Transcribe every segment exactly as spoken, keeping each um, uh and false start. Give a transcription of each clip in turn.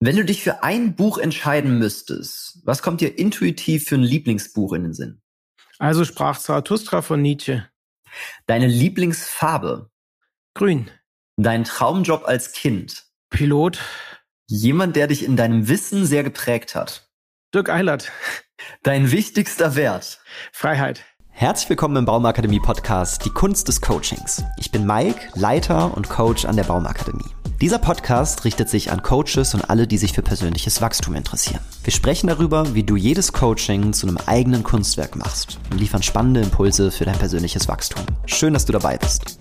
Wenn du dich für ein Buch entscheiden müsstest, was kommt dir intuitiv für ein Lieblingsbuch in den Sinn? Also sprach Zarathustra von Nietzsche. Deine Lieblingsfarbe? Grün. Dein Traumjob als Kind? Pilot. Jemand, der dich in deinem Wissen sehr geprägt hat? Dirk Eilert. Dein wichtigster Wert? Freiheit. Herzlich willkommen im Baumakademie Podcast, die Kunst des Coachings. Ich bin Mike, Leiter und Coach an der Baumakademie. Dieser Podcast richtet sich an Coaches und alle, die sich für persönliches Wachstum interessieren. Wir sprechen darüber, wie du jedes Coaching zu einem eigenen Kunstwerk machst und liefern spannende Impulse für dein persönliches Wachstum. Schön, dass du dabei bist.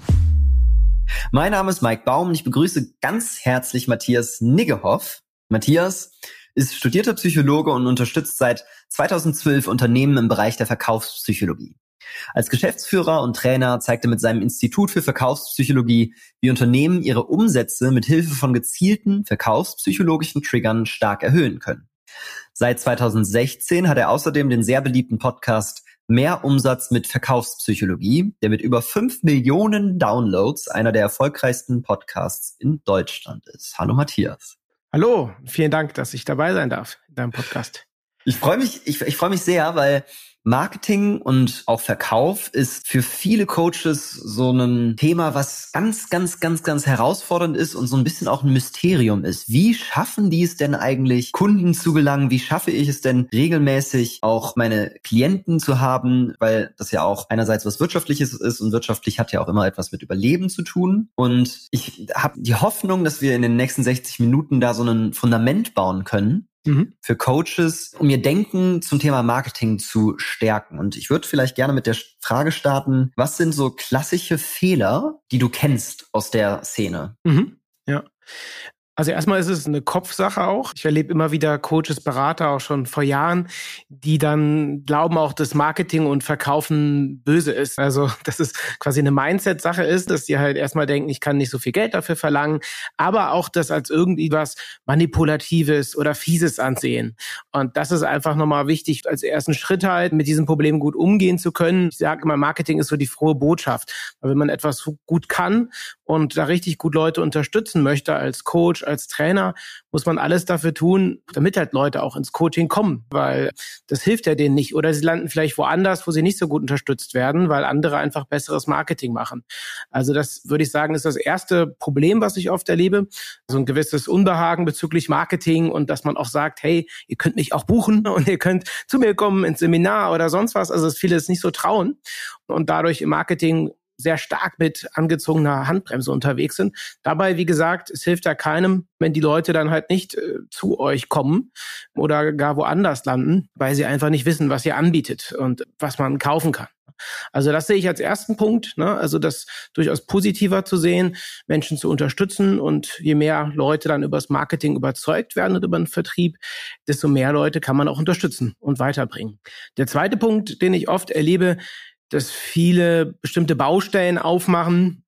Mein Name ist Mike Baum und ich begrüße ganz herzlich Matthias Niggehoff. Matthias ist studierter Psychologe und unterstützt seit zweitausendzwölf Unternehmen im Bereich der Verkaufspsychologie. Als Geschäftsführer und Trainer zeigt er mit seinem Institut für Verkaufspsychologie, wie Unternehmen ihre Umsätze mit Hilfe von gezielten verkaufspsychologischen Triggern stark erhöhen können. Seit zweitausendsechzehn hat er außerdem den sehr beliebten Podcast Mehr Umsatz mit Verkaufspsychologie, der mit über fünf Millionen Downloads einer der erfolgreichsten Podcasts in Deutschland ist. Hallo Matthias. Hallo, vielen Dank, dass ich dabei sein darf in deinem Podcast. Ich freue mich, ich, ich freue mich sehr, weil Marketing und auch Verkauf ist für viele Coaches so ein Thema, was ganz, ganz, ganz, ganz herausfordernd ist und so ein bisschen auch ein Mysterium ist. Wie schaffen die es denn eigentlich, Kunden zu gelangen? Wie schaffe ich es denn regelmäßig auch meine Klienten zu haben? Weil das ja auch einerseits was Wirtschaftliches ist und wirtschaftlich hat ja auch immer etwas mit Überleben zu tun. Und ich habe die Hoffnung, dass wir in den nächsten sechzig Minuten da so ein Fundament bauen können, Mhm. für Coaches, um ihr Denken zum Thema Marketing zu stärken. Und ich würde vielleicht gerne mit der Frage starten, was sind so klassische Fehler, die du kennst aus der Szene? Mhm. Ja. Also erstmal ist es eine Kopfsache auch. Ich erlebe immer wieder Coaches, Berater auch schon vor Jahren, die dann glauben auch, dass Marketing und Verkaufen böse ist. Also dass es quasi eine Mindset-Sache ist, dass die halt erstmal denken, ich kann nicht so viel Geld dafür verlangen, aber auch das als irgendwie was Manipulatives oder Fieses ansehen. Und das ist einfach nochmal wichtig, als ersten Schritt halt mit diesem Problem gut umgehen zu können. Ich sage immer, Marketing ist so die frohe Botschaft. Weil wenn man etwas gut kann und da richtig gut Leute unterstützen möchte als Coach, als Trainer, muss man alles dafür tun, damit halt Leute auch ins Coaching kommen, weil das hilft ja denen nicht. Oder sie landen vielleicht woanders, wo sie nicht so gut unterstützt werden, weil andere einfach besseres Marketing machen. Also das, würde ich sagen, ist das erste Problem, was ich oft erlebe. So ein gewisses Unbehagen bezüglich Marketing und dass man auch sagt, hey, ihr könnt mich auch buchen und ihr könnt zu mir kommen ins Seminar oder sonst was. Also dass viele es nicht so trauen und dadurch im Marketing sehr stark mit angezogener Handbremse unterwegs sind. Dabei, wie gesagt, es hilft ja keinem, wenn die Leute dann halt nicht äh, zu euch kommen oder gar woanders landen, weil sie einfach nicht wissen, was ihr anbietet und was man kaufen kann. Also das sehe ich als ersten Punkt, ne? Also das durchaus positiver zu sehen, Menschen zu unterstützen und je mehr Leute dann über das Marketing überzeugt werden und über den Vertrieb, desto mehr Leute kann man auch unterstützen und weiterbringen. Der zweite Punkt, den ich oft erlebe, dass viele bestimmte Baustellen aufmachen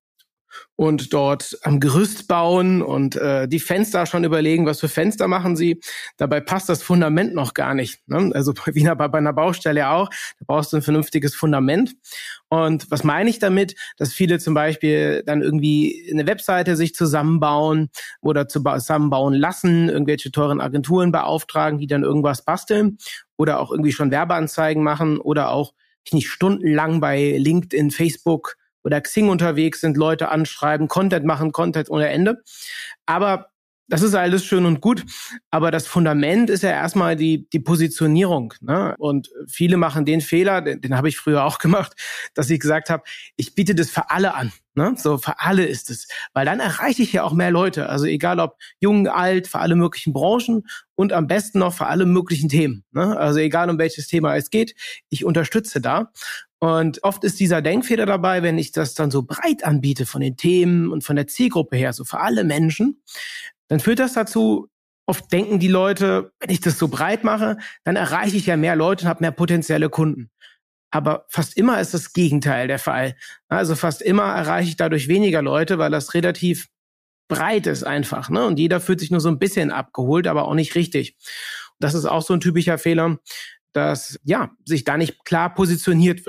und dort am Gerüst bauen und äh, die Fenster schon überlegen, was für Fenster machen sie. Dabei passt das Fundament noch gar nicht, ne? Also wie bei, bei einer Baustelle auch, da brauchst du ein vernünftiges Fundament. Und was meine ich damit? Dass viele zum Beispiel dann irgendwie eine Webseite sich zusammenbauen oder zusammenbauen lassen, irgendwelche teuren Agenturen beauftragen, die dann irgendwas basteln oder auch irgendwie schon Werbeanzeigen machen oder auch nicht stundenlang bei LinkedIn, Facebook oder Xing unterwegs sind, Leute anschreiben, Content machen, Content ohne Ende. Aber das ist alles schön und gut. Aber das Fundament ist ja erstmal die die Positionierung, ne? Und viele machen den Fehler, den, den habe ich früher auch gemacht, dass ich gesagt habe, ich biete das für alle an. Ne? So für alle ist es. Weil dann erreiche ich ja auch mehr Leute. Also egal ob jung, alt, für alle möglichen Branchen und am besten noch für alle möglichen Themen. Ne? Also egal um welches Thema es geht, ich unterstütze da. Und oft ist dieser Denkfehler dabei, wenn ich das dann so breit anbiete von den Themen und von der Zielgruppe her, so für alle Menschen, dann führt das dazu, oft denken die Leute, wenn ich das so breit mache, dann erreiche ich ja mehr Leute und habe mehr potenzielle Kunden. Aber fast immer ist das Gegenteil der Fall. Also fast immer erreiche ich dadurch weniger Leute, weil das relativ breit ist einfach, ne? Und jeder fühlt sich nur so ein bisschen abgeholt, aber auch nicht richtig. Das ist auch so ein typischer Fehler, dass ja sich da nicht klar positioniert wird.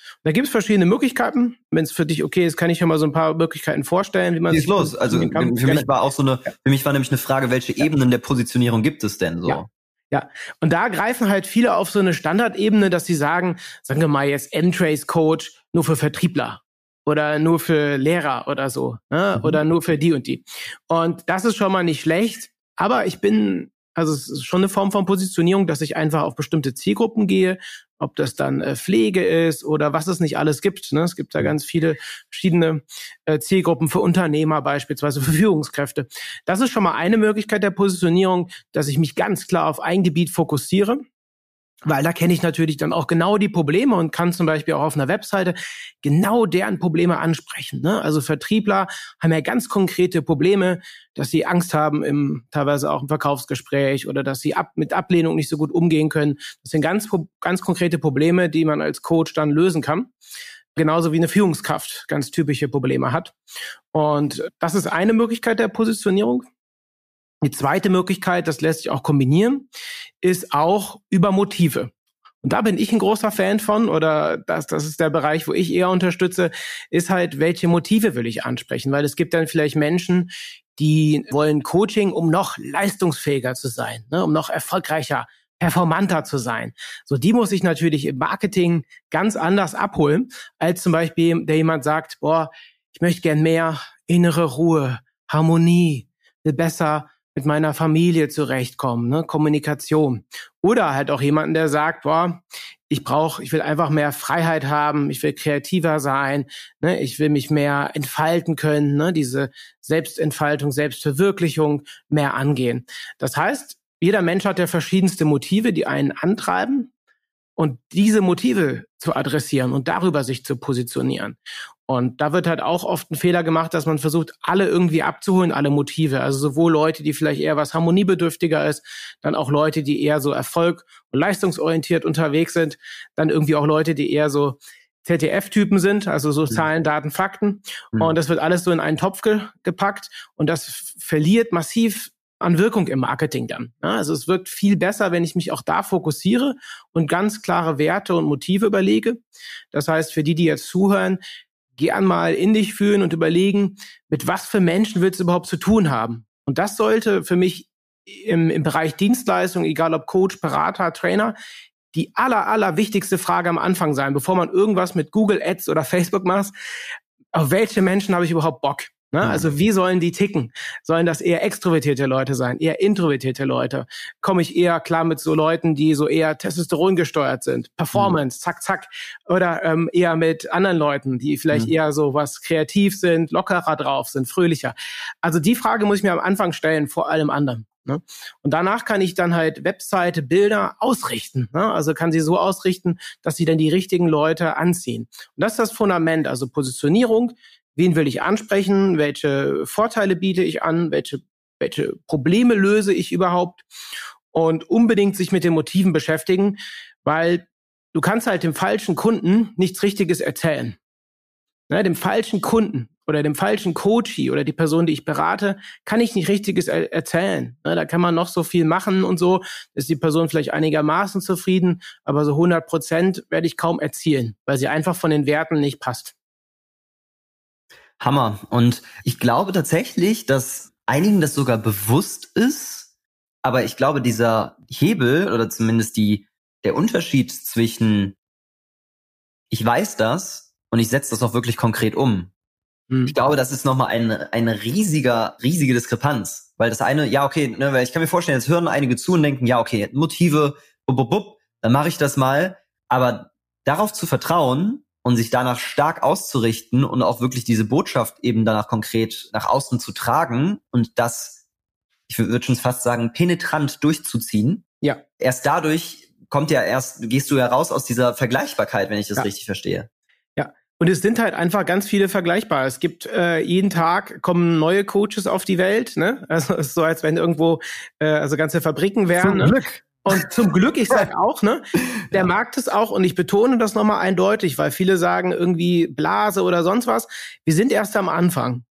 Da gibt es verschiedene Möglichkeiten. Wenn es für dich okay ist, kann ich ja mal so ein paar Möglichkeiten vorstellen, wie man sich los. Also für kann. mich war auch so eine, für mich war nämlich eine Frage, welche ja. Ebenen der Positionierung gibt es denn so? Ja. Ja, und da greifen halt viele auf so eine Standardebene, dass sie sagen, sagen wir mal jetzt M-Trace-Coach nur für Vertriebler oder nur für Lehrer oder so, ne? Mhm. Oder nur für die und die. Und das ist schon mal nicht schlecht, aber ich bin, also es ist schon eine Form von Positionierung, dass ich einfach auf bestimmte Zielgruppen gehe, ob das dann äh, Pflege ist oder was es nicht alles gibt. Ne? Es gibt da ganz viele verschiedene äh, Zielgruppen für Unternehmer beispielsweise, für Führungskräfte. Das ist schon mal eine Möglichkeit der Positionierung, dass ich mich ganz klar auf ein Gebiet fokussiere. Weil da kenne ich natürlich dann auch genau die Probleme und kann zum Beispiel auch auf einer Webseite genau deren Probleme ansprechen. Ne? Also Vertriebler haben ja ganz konkrete Probleme, dass sie Angst haben, im teilweise auch im Verkaufsgespräch oder dass sie ab, mit Ablehnung nicht so gut umgehen können. Das sind ganz, ganz konkrete Probleme, die man als Coach dann lösen kann. Genauso wie eine Führungskraft ganz typische Probleme hat. Und das ist eine Möglichkeit der Positionierung. Die zweite Möglichkeit, das lässt sich auch kombinieren, ist auch über Motive. Und da bin ich ein großer Fan von, oder das, das ist der Bereich, wo ich eher unterstütze, ist halt, welche Motive will ich ansprechen? Weil es gibt dann vielleicht Menschen, die wollen Coaching, um noch leistungsfähiger zu sein, ne, um noch erfolgreicher, performanter zu sein. So, die muss ich natürlich im Marketing ganz anders abholen, als zum Beispiel, der jemand sagt, boah, ich möchte gern mehr innere Ruhe, Harmonie, will besser mit meiner Familie zurechtkommen, ne? Kommunikation. Oder halt auch jemanden, der sagt, boah, ich brauche, ich will einfach mehr Freiheit haben, ich will kreativer sein, ne? Ich will mich mehr entfalten können, ne? Diese Selbstentfaltung, Selbstverwirklichung mehr angehen. Das heißt, jeder Mensch hat ja verschiedenste Motive, die einen antreiben, und diese Motive zu adressieren und darüber sich zu positionieren. Und da wird halt auch oft ein Fehler gemacht, dass man versucht, alle irgendwie abzuholen, alle Motive. Also sowohl Leute, die vielleicht eher was harmoniebedürftiger ist, dann auch Leute, die eher so erfolg- und leistungsorientiert unterwegs sind, dann irgendwie auch Leute, die eher so Z D F-Typen sind, also so Zahlen, Daten, Fakten. Mhm. Und das wird alles so in einen Topf ge- gepackt und das verliert massiv an Wirkung im Marketing dann. Also es wirkt viel besser, wenn ich mich auch da fokussiere und ganz klare Werte und Motive überlege. Das heißt, für die, die jetzt zuhören, gern mal in dich fühlen und überlegen, mit was für Menschen willst du überhaupt zu tun haben. Und das sollte für mich im, im Bereich Dienstleistung, egal ob Coach, Berater, Trainer, die aller, aller wichtigste Frage am Anfang sein, bevor man irgendwas mit Google Ads oder Facebook macht. Auf welche Menschen habe ich überhaupt Bock? Ne? Also wie sollen die ticken? Sollen das eher extrovertierte Leute sein, eher introvertierte Leute? Komme ich eher klar mit so Leuten, die so eher Testosteron gesteuert sind, Performance, mhm. zack, zack, oder ähm, eher mit anderen Leuten, die vielleicht mhm. eher so was kreativ sind, lockerer drauf sind, fröhlicher. Also die Frage muss ich mir am Anfang stellen, vor allem anderen. Ne? Und danach kann ich dann halt Webseite, Bilder ausrichten. Ne? Also kann sie so ausrichten, dass sie dann die richtigen Leute anziehen. Und das ist das Fundament, also Positionierung. Wen will ich ansprechen? Welche Vorteile biete ich an? Welche, welche Probleme löse ich überhaupt? Und unbedingt sich mit den Motiven beschäftigen, weil du kannst halt dem falschen Kunden nichts Richtiges erzählen. Ne, dem falschen Kunden oder dem falschen Coachee oder die Person, die ich berate, kann ich nicht Richtiges er- erzählen. Ne, da kann man noch so viel machen und so, ist die Person vielleicht einigermaßen zufrieden, aber so hundert Prozent werde ich kaum erzielen, weil sie einfach von den Werten nicht passt. Hammer. Und ich glaube tatsächlich, dass einigen das sogar bewusst ist, aber ich glaube, dieser Hebel oder zumindest die der Unterschied zwischen ich weiß das und ich setze das auch wirklich konkret um. Hm. Ich glaube, das ist nochmal eine, eine riesiger, riesige Diskrepanz. Weil das eine, ja okay, ne, weil ich kann mir vorstellen, jetzt hören einige zu und denken, ja okay, Motive, bub, bub, bub, dann mache ich das mal. Aber darauf zu vertrauen und sich danach stark auszurichten und auch wirklich diese Botschaft eben danach konkret nach außen zu tragen und das, ich würde schon fast sagen, penetrant durchzuziehen. Ja. Erst dadurch kommt ja erst, gehst du ja raus aus dieser Vergleichbarkeit, wenn ich das ja. richtig verstehe. Ja. Und es sind halt einfach ganz viele vergleichbar. Es gibt äh, jeden Tag kommen neue Coaches auf die Welt, ne? Also es ist so, als wenn irgendwo äh, also ganze Fabriken wären. Zum ne? Glück. Und zum Glück, ich sag auch, ne, der ja. Markt ist auch, und ich betone das nochmal eindeutig, weil viele sagen irgendwie Blase oder sonst was. Wir sind erst am Anfang.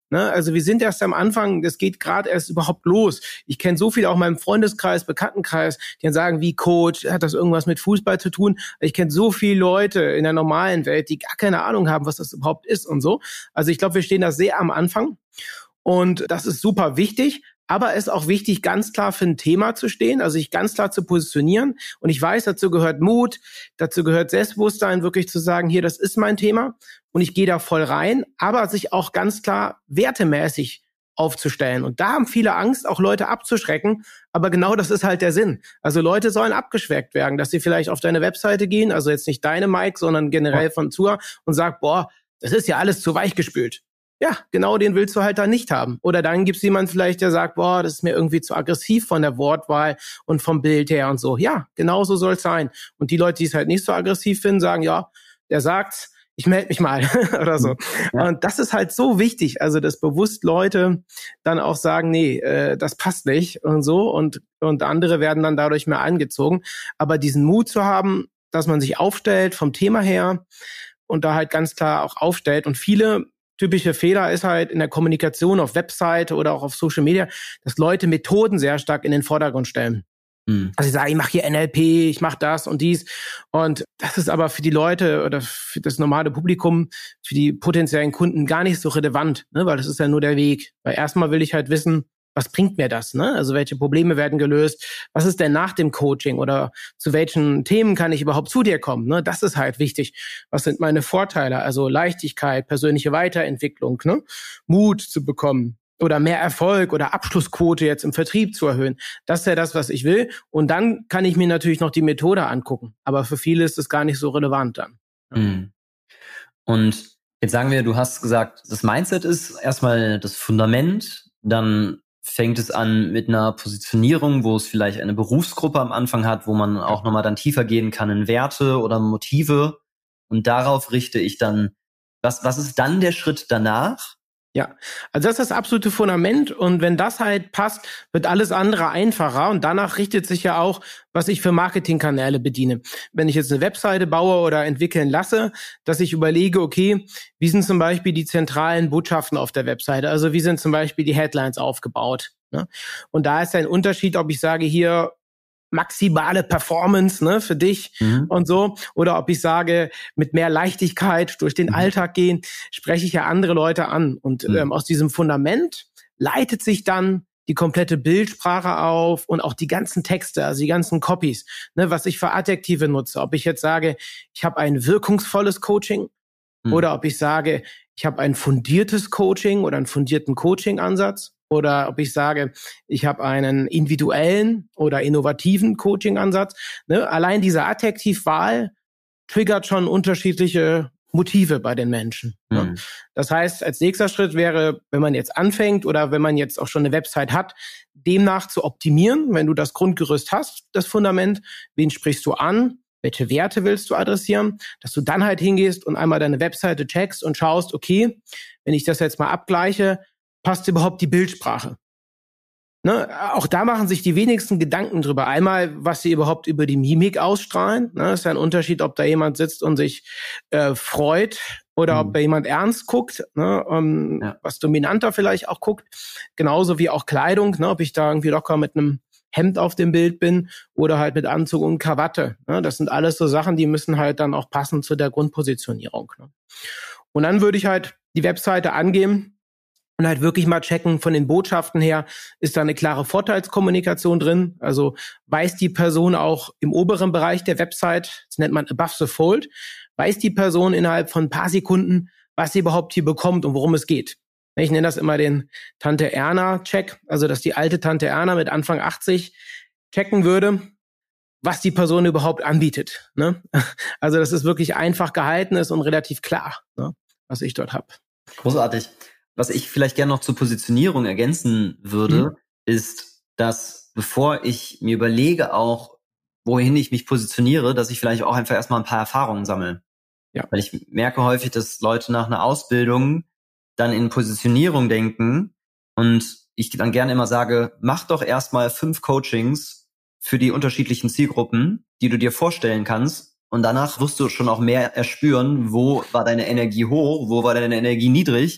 Ne? Also wir sind erst am Anfang, das geht gerade erst überhaupt los. Ich kenne so viele auch in meinem Freundeskreis, Bekanntenkreis, die dann sagen, wie Coach, hat das irgendwas mit Fußball zu tun? Ich kenne so viele Leute in der normalen Welt, die gar keine Ahnung haben, was das überhaupt ist und so. Also ich glaube, wir stehen da sehr am Anfang und das ist super wichtig. Aber es ist auch wichtig, ganz klar für ein Thema zu stehen, also sich ganz klar zu positionieren. Und ich weiß, dazu gehört Mut, dazu gehört Selbstbewusstsein, wirklich zu sagen, hier, das ist mein Thema und ich gehe da voll rein, aber sich auch ganz klar wertemäßig aufzustellen. Und da haben viele Angst, auch Leute abzuschrecken. Aber genau das ist halt der Sinn. Also Leute sollen abgeschreckt werden, dass sie vielleicht auf deine Webseite gehen, also jetzt nicht deine Mike, sondern generell von Zuhörer und sagen, boah, das ist ja alles zu weichgespült. Ja, genau den willst du halt da nicht haben. Oder dann gibt's jemanden vielleicht, der sagt, boah, das ist mir irgendwie zu aggressiv von der Wortwahl und vom Bild her und so. Ja, genau so soll's sein. Und die Leute, die es halt nicht so aggressiv finden, sagen, ja, der sagt's, ich melde mich mal oder so. Ja. Und das ist halt so wichtig, also dass bewusst Leute dann auch sagen, nee, äh, das passt nicht und so. Und, und andere werden dann dadurch mehr angezogen. Aber diesen Mut zu haben, dass man sich aufstellt vom Thema her und da halt ganz klar auch aufstellt. Und viele typische Fehler ist halt in der Kommunikation auf Webseite oder auch auf Social Media, dass Leute Methoden sehr stark in den Vordergrund stellen. Mhm. Also ich sage, ich mache hier N L P, ich mache das und dies. Und das ist aber für die Leute oder für das normale Publikum, für die potenziellen Kunden gar nicht so relevant, ne? Weil das ist ja nur der Weg. Weil erstmal will ich halt wissen, was bringt mir das, ne? Also welche Probleme werden gelöst? Was ist denn nach dem Coaching oder zu welchen Themen kann ich überhaupt zu dir kommen, ne? Das ist halt wichtig. Was sind meine Vorteile? Also Leichtigkeit, persönliche Weiterentwicklung, ne? Mut zu bekommen oder mehr Erfolg oder Abschlussquote jetzt im Vertrieb zu erhöhen. Das ist ja das, was ich will. Und dann kann ich mir natürlich noch die Methode angucken. Aber für viele ist es gar nicht so relevant dann. Ja. Mhm. Und jetzt sagen wir, du hast gesagt, das Mindset ist erstmal das Fundament, dann fängt es an mit einer Positionierung, wo es vielleicht eine Berufsgruppe am Anfang hat, wo man auch nochmal dann tiefer gehen kann in Werte oder Motive. Und darauf richte ich dann, was, was ist dann der Schritt danach? Ja, also das ist das absolute Fundament. Und wenn das halt passt, wird alles andere einfacher. Und danach richtet sich ja auch, was ich für Marketingkanäle bediene. Wenn ich jetzt eine Webseite baue oder entwickeln lasse, dass ich überlege, okay, wie sind zum Beispiel die zentralen Botschaften auf der Webseite? Also wie sind zum Beispiel die Headlines aufgebaut? Ne? Und da ist ein Unterschied, ob ich sage, hier maximale Performance, ne, für dich mhm. und so. Oder ob ich sage, mit mehr Leichtigkeit durch den mhm. Alltag gehen, spreche ich ja andere Leute an. Und mhm. ähm, aus diesem Fundament leitet sich dann die komplette Bildsprache auf und auch die ganzen Texte, also die ganzen Copies, ne, was ich für Adjektive nutze. Ob ich jetzt sage, ich habe ein wirkungsvolles Coaching mhm. oder ob ich sage, ich habe ein fundiertes Coaching oder einen fundierten Coaching-Ansatz. Oder ob ich sage, ich habe einen individuellen oder innovativen Coaching-Ansatz. Ne? Allein diese Adjektivwahl triggert schon unterschiedliche Motive bei den Menschen. Mhm. Ne? Das heißt, als nächster Schritt wäre, wenn man jetzt anfängt oder wenn man jetzt auch schon eine Website hat, demnach zu optimieren, wenn du das Grundgerüst hast, das Fundament, wen sprichst du an, welche Werte willst du adressieren, dass du dann halt hingehst und einmal deine Webseite checkst und schaust, okay, wenn ich das jetzt mal abgleiche, passt überhaupt die Bildsprache? Ne, auch da machen sich die wenigsten Gedanken drüber. Einmal, was sie überhaupt über die Mimik ausstrahlen. Ne, ist ja ein Unterschied, ob da jemand sitzt und sich äh, freut oder mhm. ob da jemand ernst guckt, ne, um, ja. was dominanter vielleicht auch guckt. Genauso wie auch Kleidung, ne, ob ich da irgendwie locker mit einem Hemd auf dem Bild bin oder halt mit Anzug und Krawatte. Ne, das sind alles so Sachen, die müssen halt dann auch passen zu der Grundpositionierung. Ne. Und dann würde ich halt die Webseite angehen und halt wirklich mal checken von den Botschaften her, ist da eine klare Vorteilskommunikation drin? Also weiß die Person auch im oberen Bereich der Website, das nennt man above the fold, weiß die Person innerhalb von ein paar Sekunden, was sie überhaupt hier bekommt und worum es geht. Ich nenne das immer den Tante Erna-Check, also dass die alte Tante Erna mit Anfang achtzig checken würde, was die Person überhaupt anbietet. Ne? Also dass es wirklich einfach gehalten ist und relativ klar, ne, was ich dort habe. Großartig. Was ich vielleicht gerne noch zur Positionierung ergänzen würde, mhm. ist, dass bevor ich mir überlege auch, wohin ich mich positioniere, dass ich vielleicht auch einfach erstmal ein paar Erfahrungen sammle. Ja. Weil ich merke häufig, dass Leute nach einer Ausbildung dann in Positionierung denken und ich dann gerne immer sage, mach doch erstmal fünf Coachings für die unterschiedlichen Zielgruppen, die du dir vorstellen kannst. Und danach wirst du schon auch mehr erspüren, wo war deine Energie hoch, wo war deine Energie niedrig.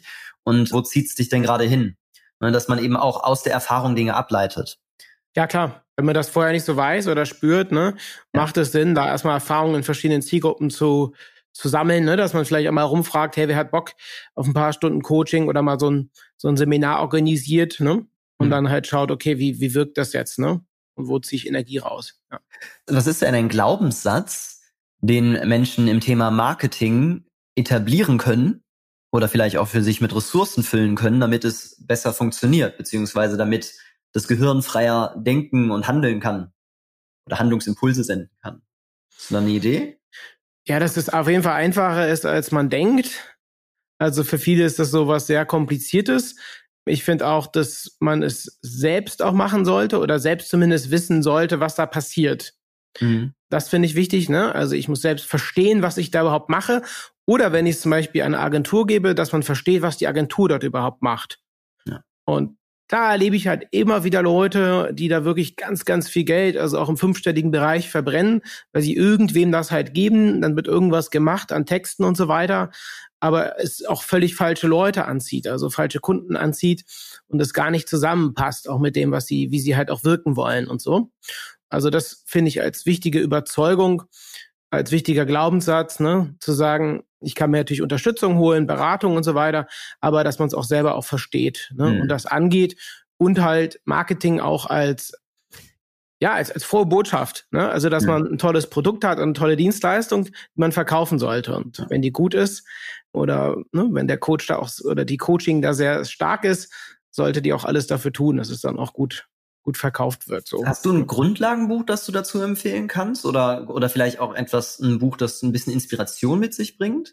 und wo zieht's dich denn gerade hin? Ne, dass man eben auch aus der Erfahrung Dinge ableitet. Ja, klar. Wenn man das vorher nicht so weiß oder spürt, ne, ja. macht es Sinn, da erstmal Erfahrungen in verschiedenen Zielgruppen zu, zu sammeln, ne, dass man vielleicht einmal rumfragt, hey, wer hat Bock auf ein paar Stunden Coaching oder mal so ein, so ein Seminar organisiert, ne? Und mhm. dann halt schaut, okay, wie, wie wirkt das jetzt, ne? Und wo ziehe ich Energie raus? Ja. Was ist denn ein Glaubenssatz, den Menschen im Thema Marketing etablieren können oder vielleicht auch für sich mit Ressourcen füllen können, damit es besser funktioniert, beziehungsweise damit das Gehirn freier denken und handeln kann oder Handlungsimpulse senden kann? Ist da eine Idee? Ja, dass es auf jeden Fall einfacher ist, als man denkt. Also für viele ist das so was sehr Kompliziertes. Ich finde auch, dass man es selbst auch machen sollte oder selbst zumindest wissen sollte, was da passiert. Mhm. Das finde ich wichtig, ne? Also ich muss selbst verstehen, was ich da überhaupt mache. Oder wenn ich es zum Beispiel an eine Agentur gebe, dass man versteht, was die Agentur dort überhaupt macht. Ja. Und da erlebe ich halt immer wieder Leute, die da wirklich ganz, ganz viel Geld, also auch im fünfstelligen Bereich verbrennen, weil sie irgendwem das halt geben, dann wird irgendwas gemacht an Texten und so weiter, aber es auch völlig falsche Leute anzieht, also falsche Kunden anzieht und es gar nicht zusammenpasst, auch mit dem, was sie, wie sie halt auch wirken wollen und so. Also das finde ich als wichtige Überzeugung, als wichtiger Glaubenssatz, ne, zu sagen, ich kann mir natürlich Unterstützung holen, Beratung und so weiter, aber dass man es auch selber auch versteht, ne, mhm. und das angeht und halt Marketing auch als ja als als frohe Botschaft, ne, also dass mhm. man ein tolles Produkt hat und eine tolle Dienstleistung, die man verkaufen sollte und wenn die gut ist oder ne, wenn der Coach da auch oder die Coaching da sehr stark ist, sollte die auch alles dafür tun, dass es dann auch gut gut verkauft wird. So. Hast du ein Grundlagenbuch, das du dazu empfehlen kannst? Oder, oder vielleicht auch etwas, ein Buch, das ein bisschen Inspiration mit sich bringt?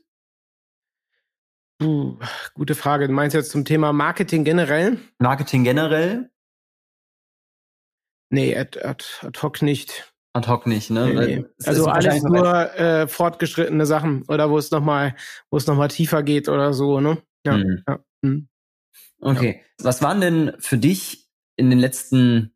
Uh, gute Frage. Du meinst jetzt zum Thema Marketing generell? Marketing generell? Nee, ad, ad, ad hoc nicht. Ad hoc nicht, ne? Nee, nee. Also alles nur äh, fortgeschrittene Sachen oder wo es nochmal, wo es nochmal tiefer geht oder so, ne? Ja. Mhm. ja. Mhm. Okay. Ja. Was waren denn für dich in den letzten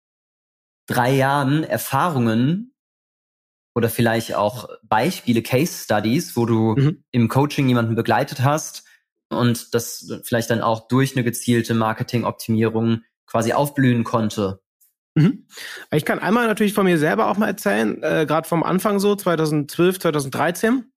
drei Jahren Erfahrungen oder vielleicht auch Beispiele, Case Studies, wo du mhm. im Coaching jemanden begleitet hast und das vielleicht dann auch durch eine gezielte Marketingoptimierung quasi aufblühen konnte? Mhm. Ich kann einmal natürlich von mir selber auch mal erzählen, äh, gerade vom Anfang so, zweitausendzwölf, zweitausenddreizehn,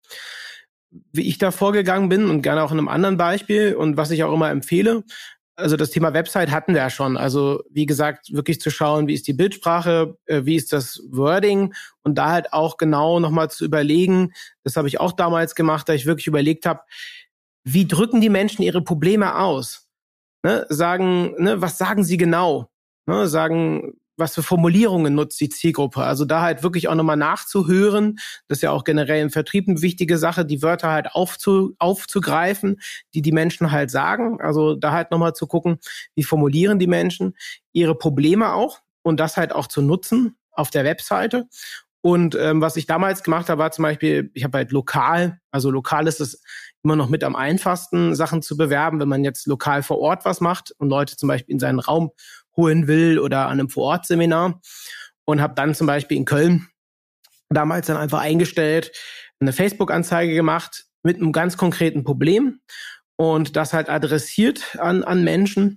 wie ich da vorgegangen bin und gerne auch in einem anderen Beispiel und was ich auch immer empfehle. Also das Thema Website hatten wir ja schon. Also wie gesagt, wirklich zu schauen, wie ist die Bildsprache, äh, wie ist das Wording und da halt auch genau nochmal zu überlegen, das habe ich auch damals gemacht, da ich wirklich überlegt habe, wie drücken die Menschen ihre Probleme aus? Ne? Sagen, ne, was sagen sie genau? Ne? Sagen, was für Formulierungen nutzt die Zielgruppe? Also da halt wirklich auch nochmal nachzuhören. Das ist ja auch generell im Vertrieb eine wichtige Sache, die Wörter halt aufzu, aufzugreifen, die die Menschen halt sagen. Also da halt nochmal zu gucken, wie formulieren die Menschen ihre Probleme auch und das halt auch zu nutzen auf der Webseite. Und ähm, was ich damals gemacht habe, war zum Beispiel, ich habe halt lokal, also lokal ist es immer noch mit am einfachsten, Sachen zu bewerben, wenn man jetzt lokal vor Ort was macht und Leute zum Beispiel in seinen Raum holen will oder an einem Vor-Ort-Seminar und habe dann zum Beispiel in Köln damals dann einfach eingestellt, eine Facebook-Anzeige gemacht mit einem ganz konkreten Problem und das halt adressiert an an Menschen.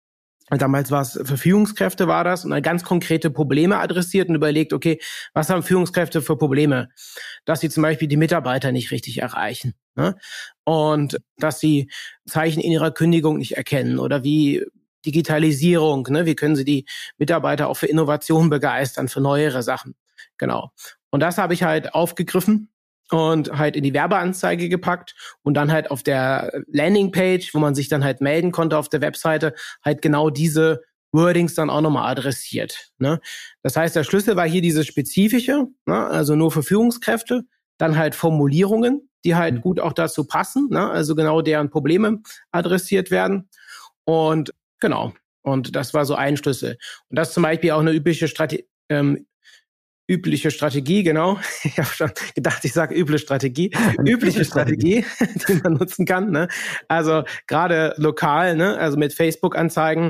Damals war es für Führungskräfte war das und dann ganz konkrete Probleme adressiert und überlegt, okay, was haben Führungskräfte für Probleme? Dass sie zum Beispiel die Mitarbeiter nicht richtig erreichen, ne? Und dass sie Zeichen in ihrer Kündigung nicht erkennen oder wie Digitalisierung, ne? Wie können sie die Mitarbeiter auch für Innovation begeistern, für neuere Sachen? Genau. Und das habe ich halt aufgegriffen und halt in die Werbeanzeige gepackt und dann halt auf der Landingpage, wo man sich dann halt melden konnte auf der Webseite, halt genau diese Wordings dann auch nochmal adressiert, ne? Das heißt, der Schlüssel war hier dieses Spezifische, ne? Also nur für Führungskräfte, dann halt Formulierungen, die halt gut auch dazu passen, ne? Also genau deren Probleme adressiert werden und genau. Und das war so ein Schlüssel. Und das ist zum Beispiel auch eine übliche Strategie, ähm, übliche Strategie, genau. Ich habe schon gedacht, ich sage üble Strategie. Übliche Strategie, die man nutzen kann, ne? Also gerade lokal, ne? Also mit Facebook-Anzeigen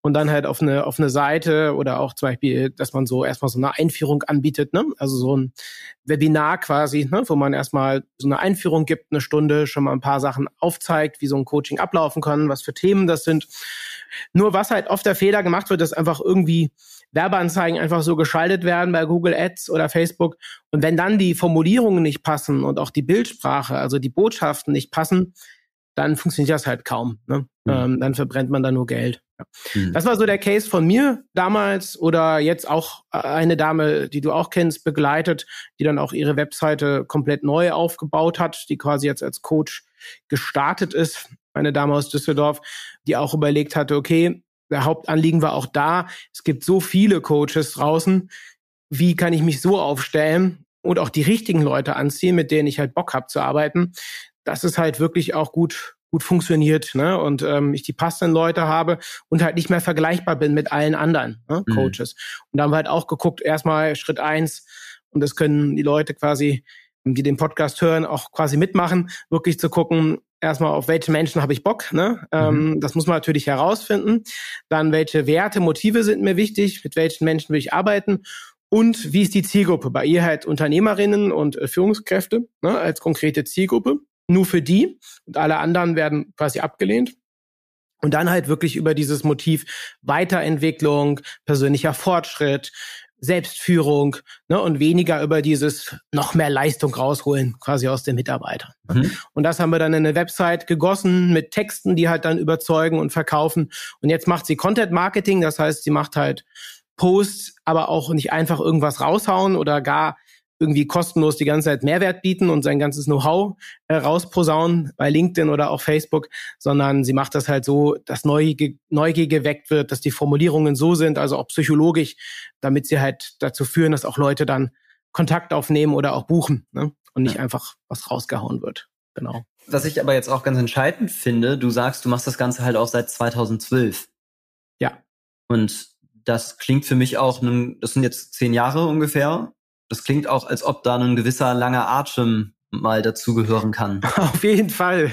und dann halt auf eine auf eine Seite oder auch zum Beispiel, dass man so erstmal so eine Einführung anbietet, ne? Also so ein Webinar quasi, ne? Wo man erstmal so eine Einführung gibt, eine Stunde, schon mal ein paar Sachen aufzeigt, wie so ein Coaching ablaufen kann, was für Themen das sind. Nur was halt oft der Fehler gemacht wird, ist einfach irgendwie Werbeanzeigen einfach so geschaltet werden bei Google Ads oder Facebook. Und wenn dann die Formulierungen nicht passen und auch die Bildsprache, also die Botschaften nicht passen, dann funktioniert das halt kaum. Ne? Mhm. Ähm, dann verbrennt man da nur Geld. Ja. Mhm. Das war so der Case von mir damals oder jetzt auch eine Dame, die du auch kennst, begleitet, die dann auch ihre Webseite komplett neu aufgebaut hat, die quasi jetzt als Coach gestartet ist. Eine Dame aus Düsseldorf, die auch überlegt hatte, okay, der Hauptanliegen war auch da, es gibt so viele Coaches draußen, wie kann ich mich so aufstellen und auch die richtigen Leute anziehen, mit denen ich halt Bock habe zu arbeiten, dass es halt wirklich auch gut gut funktioniert, ne? Und ähm, ich die passenden Leute habe und halt nicht mehr vergleichbar bin mit allen anderen, ne? Mhm. Coaches. Und da haben wir halt auch geguckt, erstmal Schritt eins, und das können die Leute quasi, die den Podcast hören, auch quasi mitmachen, wirklich zu gucken, erstmal auf welche Menschen habe ich Bock, ne? Mhm. Ähm, das muss man natürlich herausfinden. Dann, welche Werte, Motive sind mir wichtig, mit welchen Menschen will ich arbeiten und wie ist die Zielgruppe? Bei ihr halt Unternehmerinnen und äh, Führungskräfte, ne, als konkrete Zielgruppe. Nur für die und alle anderen werden quasi abgelehnt. Und dann halt wirklich über dieses Motiv Weiterentwicklung, persönlicher Fortschritt, Selbstführung, ne, und weniger über dieses noch mehr Leistung rausholen quasi aus den Mitarbeitern. Mhm. Und das haben wir dann in eine Website gegossen mit Texten, die halt dann überzeugen und verkaufen. Und jetzt macht sie Content Marketing, das heißt, sie macht halt Posts, aber auch nicht einfach irgendwas raushauen oder gar irgendwie kostenlos die ganze Zeit Mehrwert bieten und sein ganzes Know-how äh, rausposaunen bei LinkedIn oder auch Facebook, sondern sie macht das halt so, dass Neugier, Neugier geweckt wird, dass die Formulierungen so sind, also auch psychologisch, damit sie halt dazu führen, dass auch Leute dann Kontakt aufnehmen oder auch buchen, ne? Und nicht ja. einfach was rausgehauen wird. Genau. Was ich aber jetzt auch ganz entscheidend finde, du sagst, du machst das Ganze halt auch seit zweitausendzwölf. Ja. Und das klingt für mich auch, das sind jetzt zehn Jahre ungefähr. Das klingt auch, als ob da ein gewisser langer Atem mal dazugehören kann. Auf jeden Fall.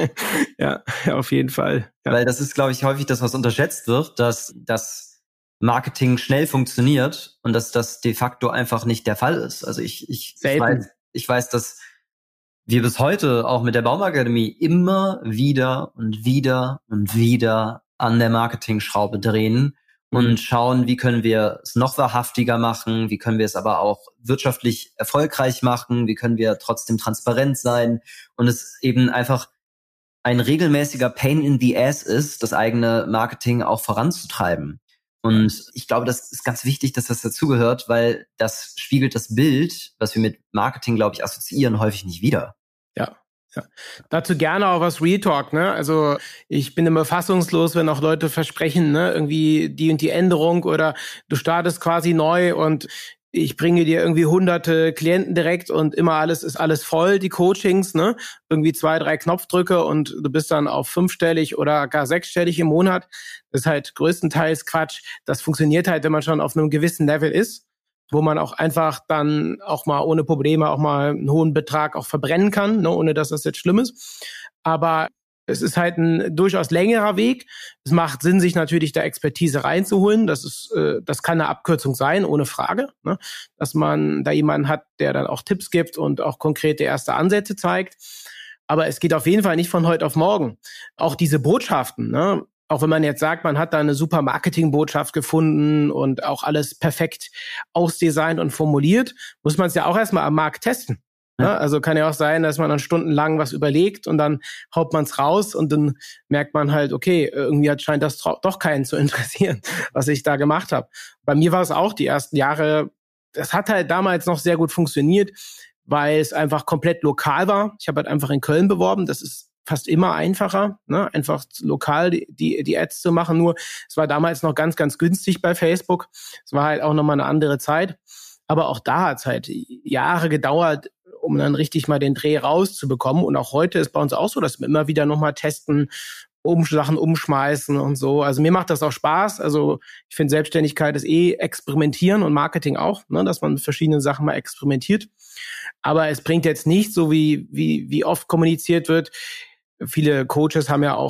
ja, auf jeden Fall. Ja. Weil das ist, glaube ich, häufig das, was unterschätzt wird, dass das Marketing schnell funktioniert und dass das de facto einfach nicht der Fall ist. Also ich, ich, ich, weiß, ich weiß, dass wir bis heute auch mit der Baumakademie immer wieder und wieder und wieder an der Marketing-Schraube drehen und schauen, wie können wir es noch wahrhaftiger machen, wie können wir es aber auch wirtschaftlich erfolgreich machen, wie können wir trotzdem transparent sein und es eben einfach ein regelmäßiger Pain in the Ass ist, das eigene Marketing auch voranzutreiben. Und ich glaube, das ist ganz wichtig, dass das dazugehört, weil das spiegelt das Bild, was wir mit Marketing, glaube ich, assoziieren, häufig nicht wider. Ja. Ja. Dazu gerne auch was Real Talk, ne? Also ich bin immer fassungslos, wenn auch Leute versprechen, ne, irgendwie die und die Änderung oder du startest quasi neu und ich bringe dir irgendwie hunderte Klienten direkt und immer alles ist alles voll, die Coachings, ne? Irgendwie zwei, drei Knopfdrücke und du bist dann auf fünfstellig oder gar sechsstellig im Monat. Das ist halt größtenteils Quatsch. Das funktioniert halt, wenn man schon auf einem gewissen Level ist, wo man auch einfach dann auch mal ohne Probleme auch mal einen hohen Betrag auch verbrennen kann, ne, ohne dass das jetzt schlimm ist. Aber es ist halt ein durchaus längerer Weg. Es macht Sinn, sich natürlich da Expertise reinzuholen. Das ist, äh, das kann eine Abkürzung sein, ohne Frage, ne, dass man da jemanden hat, der dann auch Tipps gibt und auch konkrete erste Ansätze zeigt. Aber es geht auf jeden Fall nicht von heute auf morgen. Auch diese Botschaften, ne, auch wenn man jetzt sagt, man hat da eine super Marketingbotschaft gefunden und auch alles perfekt ausdesignt und formuliert, muss man es ja auch erstmal am Markt testen. Ja. Also kann ja auch sein, dass man dann stundenlang was überlegt und dann haut man es raus und dann merkt man halt, okay, irgendwie scheint das doch keinen zu interessieren, was ich da gemacht habe. Bei mir war es auch die ersten Jahre, das hat halt damals noch sehr gut funktioniert, weil es einfach komplett lokal war. Ich habe halt einfach in Köln beworben, das ist fast immer einfacher, ne? Einfach lokal die, die die Ads zu machen. Nur es war damals noch ganz, ganz günstig bei Facebook. Es war halt auch nochmal eine andere Zeit. Aber auch da hat es halt Jahre gedauert, um dann richtig mal den Dreh rauszubekommen. Und auch heute ist bei uns auch so, dass wir immer wieder nochmal testen, um Sachen umschmeißen und so. Also mir macht das auch Spaß. Also ich finde, Selbstständigkeit ist eh experimentieren und Marketing auch, ne? Dass man mit verschiedenen Sachen mal experimentiert. Aber es bringt jetzt nicht, so wie wie wie oft kommuniziert wird. Viele Coaches haben ja auch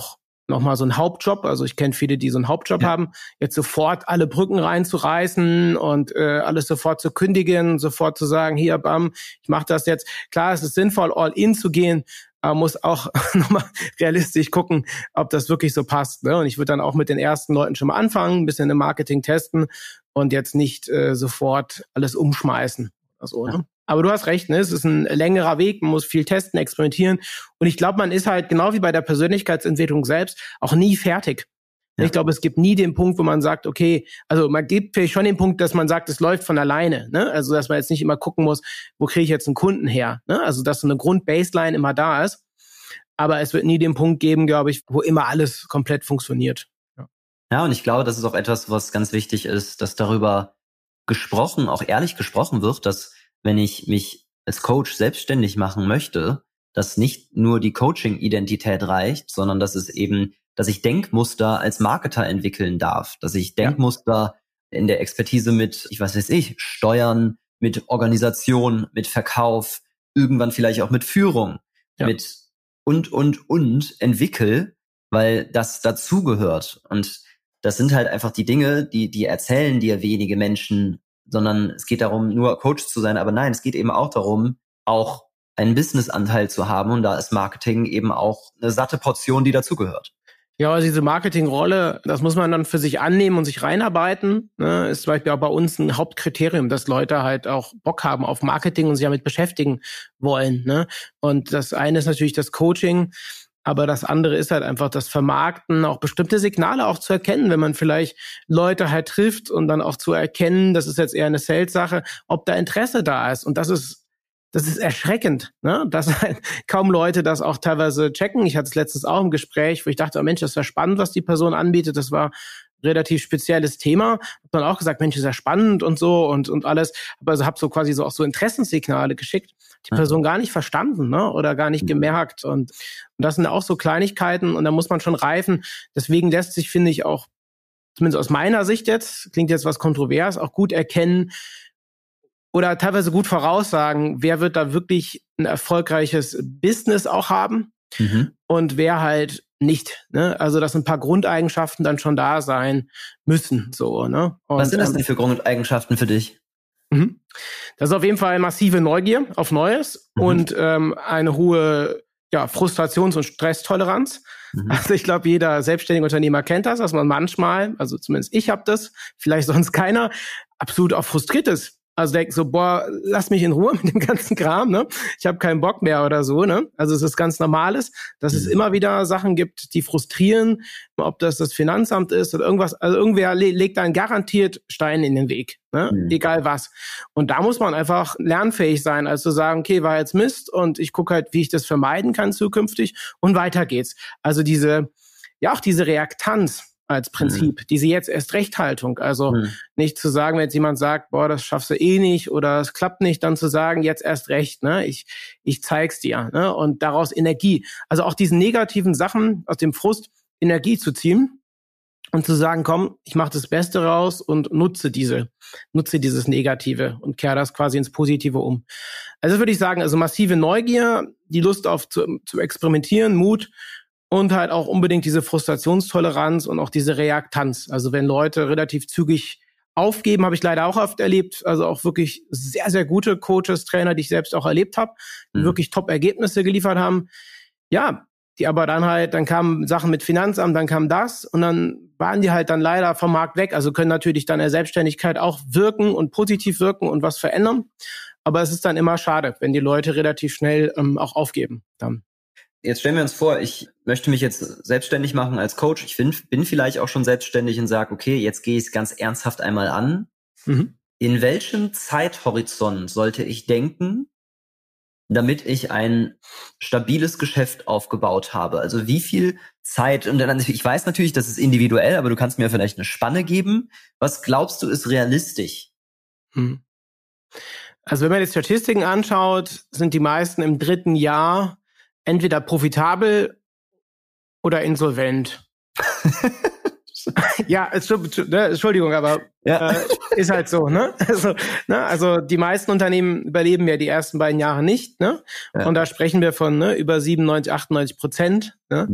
nochmal so ein Hauptjob, also ich kenne viele, die so einen Hauptjob ja. haben, jetzt sofort alle Brücken reinzureißen und äh, alles sofort zu kündigen, sofort zu sagen, hier, bam, ich mache das jetzt. Klar, es ist sinnvoll, all in zu gehen, aber muss auch nochmal realistisch gucken, ob das wirklich so passt. Ne? Und ich würde dann auch mit den ersten Leuten schon mal anfangen, ein bisschen im Marketing testen und jetzt nicht äh, sofort alles umschmeißen. Also, ne? Aber du hast recht, ne? Es ist ein längerer Weg, man muss viel testen, experimentieren. Und ich glaube, man ist halt, genau wie bei der Persönlichkeitsentwicklung selbst, auch nie fertig. Ja. Ich glaube, es gibt nie den Punkt, wo man sagt, okay, also man gibt vielleicht schon den Punkt, dass man sagt, es läuft von alleine. Ne? Also dass man jetzt nicht immer gucken muss, wo kriege ich jetzt einen Kunden her. Ne? Also dass so eine Grundbaseline immer da ist. Aber es wird nie den Punkt geben, glaube ich, wo immer alles komplett funktioniert. Ja. ja, und ich glaube, das ist auch etwas, was ganz wichtig ist, dass darüber gesprochen, auch ehrlich gesprochen wird, dass wenn ich mich als Coach selbstständig machen möchte, dass nicht nur die Coaching-Identität reicht, sondern dass es eben, dass ich Denkmuster als Marketer entwickeln darf, dass ich Denkmuster in der Expertise mit, ich weiß weiß ich, Steuern, mit Organisation, mit Verkauf, irgendwann vielleicht auch mit Führung, ja. mit und, und, und entwickel, weil das dazugehört. Und das sind halt einfach die Dinge, die, die erzählen dir wenige Menschen, sondern es geht darum, nur Coach zu sein. Aber nein, es geht eben auch darum, auch einen Businessanteil zu haben. Und da ist Marketing eben auch eine satte Portion, die dazugehört. Ja, also diese Marketingrolle, das muss man dann für sich annehmen und sich reinarbeiten. Ne? Ist zum Beispiel auch bei uns ein Hauptkriterium, dass Leute halt auch Bock haben auf Marketing und sich damit beschäftigen wollen. Ne? Und das eine ist natürlich das Coaching, aber das andere ist halt einfach das Vermarkten, auch bestimmte Signale auch zu erkennen, wenn man vielleicht Leute halt trifft und dann auch zu erkennen, das ist jetzt eher eine Sales-Sache, ob da Interesse da ist. Und das ist Das ist erschreckend, ne? Dass halt kaum Leute das auch teilweise checken. Ich hatte es letztens auch im Gespräch, wo ich dachte, oh Mensch, das wäre spannend, was die Person anbietet. Das war ein relativ spezielles Thema. Hab dann auch gesagt, Mensch, ist ja spannend und so und und alles. Aber also habe so quasi so auch so Interessenssignale geschickt, die Person gar nicht verstanden, ne? Oder gar nicht gemerkt. Und, und das sind auch so Kleinigkeiten und da muss man schon reifen. Deswegen lässt sich, finde ich, auch, zumindest aus meiner Sicht jetzt, klingt jetzt was kontrovers, auch gut erkennen, oder teilweise gut voraussagen, wer wird da wirklich ein erfolgreiches Business auch haben mhm. und wer halt nicht. Ne? Also dass ein paar Grundeigenschaften dann schon da sein müssen. So, ne? Und, was sind das denn für Grundeigenschaften für dich? Mhm. Das ist auf jeden Fall massive Neugier auf Neues mhm. und ähm, eine hohe ja, Frustrations- und Stresstoleranz. Mhm. Also ich glaube, jeder selbstständige Unternehmer kennt das, dass man manchmal, also zumindest ich habe das, vielleicht sonst keiner, absolut auch frustriert ist. Also denk so, boah, lass mich in Ruhe mit dem ganzen Kram, ne? Ich habe keinen Bock mehr oder so, ne? Also es ist ganz Normales, dass mhm. es immer wieder Sachen gibt, die frustrieren, ob das das Finanzamt ist oder irgendwas. Also irgendwer le- legt dann garantiert Steine in den Weg, ne? Mhm. Egal was. Und da muss man einfach lernfähig sein, also zu sagen, okay, war jetzt Mist und ich gucke halt, wie ich das vermeiden kann zukünftig und weiter geht's. Also diese, ja auch diese Reaktanz als Prinzip, mhm. diese jetzt erst Rechthaltung, also mhm. nicht zu sagen, wenn jetzt jemand sagt, boah, das schaffst du eh nicht oder es klappt nicht, dann zu sagen, jetzt erst recht, ne, ich ich zeig's dir, ne, und daraus Energie, also auch diesen negativen Sachen aus dem Frust Energie zu ziehen und zu sagen, komm, ich mache das Beste raus und nutze diese, nutze dieses Negative und kehre das quasi ins Positive um. Also würde ich sagen, also massive Neugier, die Lust auf zu, zu experimentieren, Mut. Und halt auch unbedingt diese Frustrationstoleranz und auch diese Reaktanz. Also wenn Leute relativ zügig aufgeben, habe ich leider auch oft erlebt. Also auch wirklich sehr, sehr gute Coaches, Trainer, die ich selbst auch erlebt habe, die mhm. wirklich Top-Ergebnisse geliefert haben. Ja, die aber dann halt, dann kamen Sachen mit Finanzamt, dann kam das und dann waren die halt dann leider vom Markt weg. Also können natürlich dann in der Selbstständigkeit auch wirken und positiv wirken und was verändern. Aber es ist dann immer schade, wenn die Leute relativ schnell ähm, auch aufgeben dann. Jetzt stellen wir uns vor, ich möchte mich jetzt selbstständig machen als Coach. Ich bin, bin vielleicht auch schon selbstständig und sage, okay, jetzt gehe ich es ganz ernsthaft einmal an. Mhm. In welchem Zeithorizont sollte ich denken, damit ich ein stabiles Geschäft aufgebaut habe? Also wie viel Zeit, und dann, ich weiß natürlich, das ist individuell, aber du kannst mir vielleicht eine Spanne geben. Was glaubst du, ist realistisch? Mhm. Also wenn man die Statistiken anschaut, sind die meisten im dritten Jahr entweder profitabel oder insolvent. Ja, Entschuldigung, aber ja. äh, ist halt so, ne? Also, ne? Also die meisten Unternehmen überleben ja die ersten beiden Jahre nicht, ne? Ja. Und da sprechen wir von ne, über siebenundneunzig, achtundneunzig Prozent. Ne? Mhm.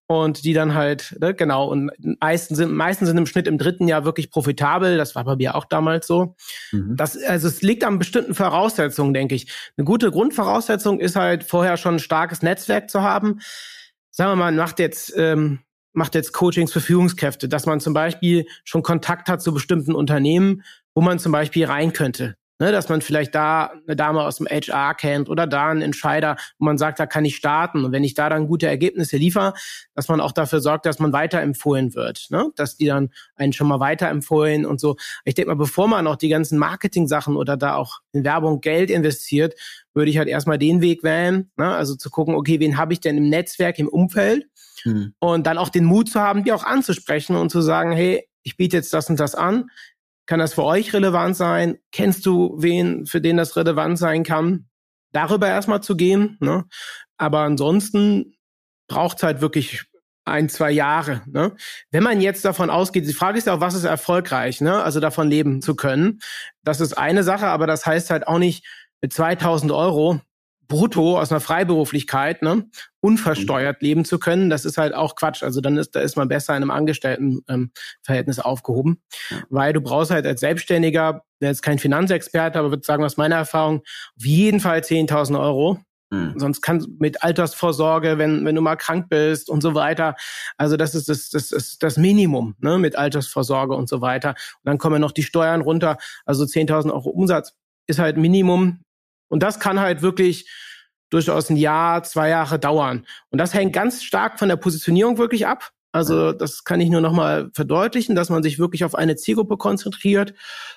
und die dann halt, ne, genau, und meisten sind, meisten sind im Schnitt im dritten Jahr wirklich profitabel. Das war bei mir auch damals so. Mhm. Das, also es liegt an bestimmten Voraussetzungen, denke ich. Eine gute Grundvoraussetzung ist halt, vorher schon ein starkes Netzwerk zu haben. Sagen wir mal, man macht jetzt, ähm, macht jetzt Coachings für Führungskräfte, dass man zum Beispiel schon Kontakt hat zu bestimmten Unternehmen, wo man zum Beispiel rein könnte. Ne, dass man vielleicht da eine Dame aus dem H R kennt oder da einen Entscheider, wo man sagt, da kann ich starten. Und wenn ich da dann gute Ergebnisse liefere, dass man auch dafür sorgt, dass man weiterempfohlen wird. Ne? Dass die dann einen schon mal weiterempfohlen und so. Ich denke mal, bevor man auch die ganzen Marketing-Sachen oder da auch in Werbung Geld investiert, würde ich halt erstmal den Weg wählen. Ne? Also zu gucken, okay, wen habe ich denn im Netzwerk, im Umfeld? Hm. Und dann auch den Mut zu haben, die auch anzusprechen und zu sagen, hey, ich biete jetzt das und das an. Kann das für euch relevant sein? Kennst du wen, für den das relevant sein kann? Darüber erstmal zu gehen. Ne? Aber ansonsten braucht es halt wirklich ein, zwei Jahre. Ne? Wenn man jetzt davon ausgeht, die Frage ist ja auch, was ist erfolgreich? Ne? Also davon leben zu können. Das ist eine Sache, aber das heißt halt auch nicht mit zweitausend Euro brutto aus einer Freiberuflichkeit, ne, unversteuert leben zu können, das ist halt auch Quatsch. Also dann ist, da ist man besser in einem Angestelltenverhältnis ähm, aufgehoben, ja. Weil du brauchst halt als Selbstständiger, der jetzt kein Finanzexperte, aber würde sagen aus meiner Erfahrung, auf jeden Fall zehntausend Euro. Mhm. Sonst kannst du mit Altersvorsorge, wenn wenn du mal krank bist und so weiter. Also das ist das das ist das Minimum, ne, mit Altersvorsorge und so weiter. Und dann kommen noch die Steuern runter. Also zehntausend Euro Umsatz ist halt Minimum. Und das kann halt wirklich durchaus ein Jahr, zwei Jahre dauern. Und das hängt ganz stark von der Positionierung wirklich ab. Also das kann ich nur nochmal verdeutlichen, dass man sich wirklich auf eine Zielgruppe konzentriert.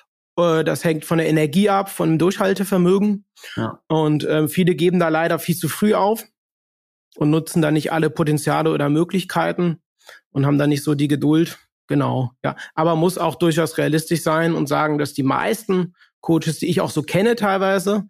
Das hängt von der Energie ab, von dem Durchhaltevermögen. Ja. Und ähm, viele geben da leider viel zu früh auf und nutzen da nicht alle Potenziale oder Möglichkeiten und haben da nicht so die Geduld. Genau, ja. Aber muss auch durchaus realistisch sein und sagen, dass die meisten Coaches, die ich auch so kenne teilweise,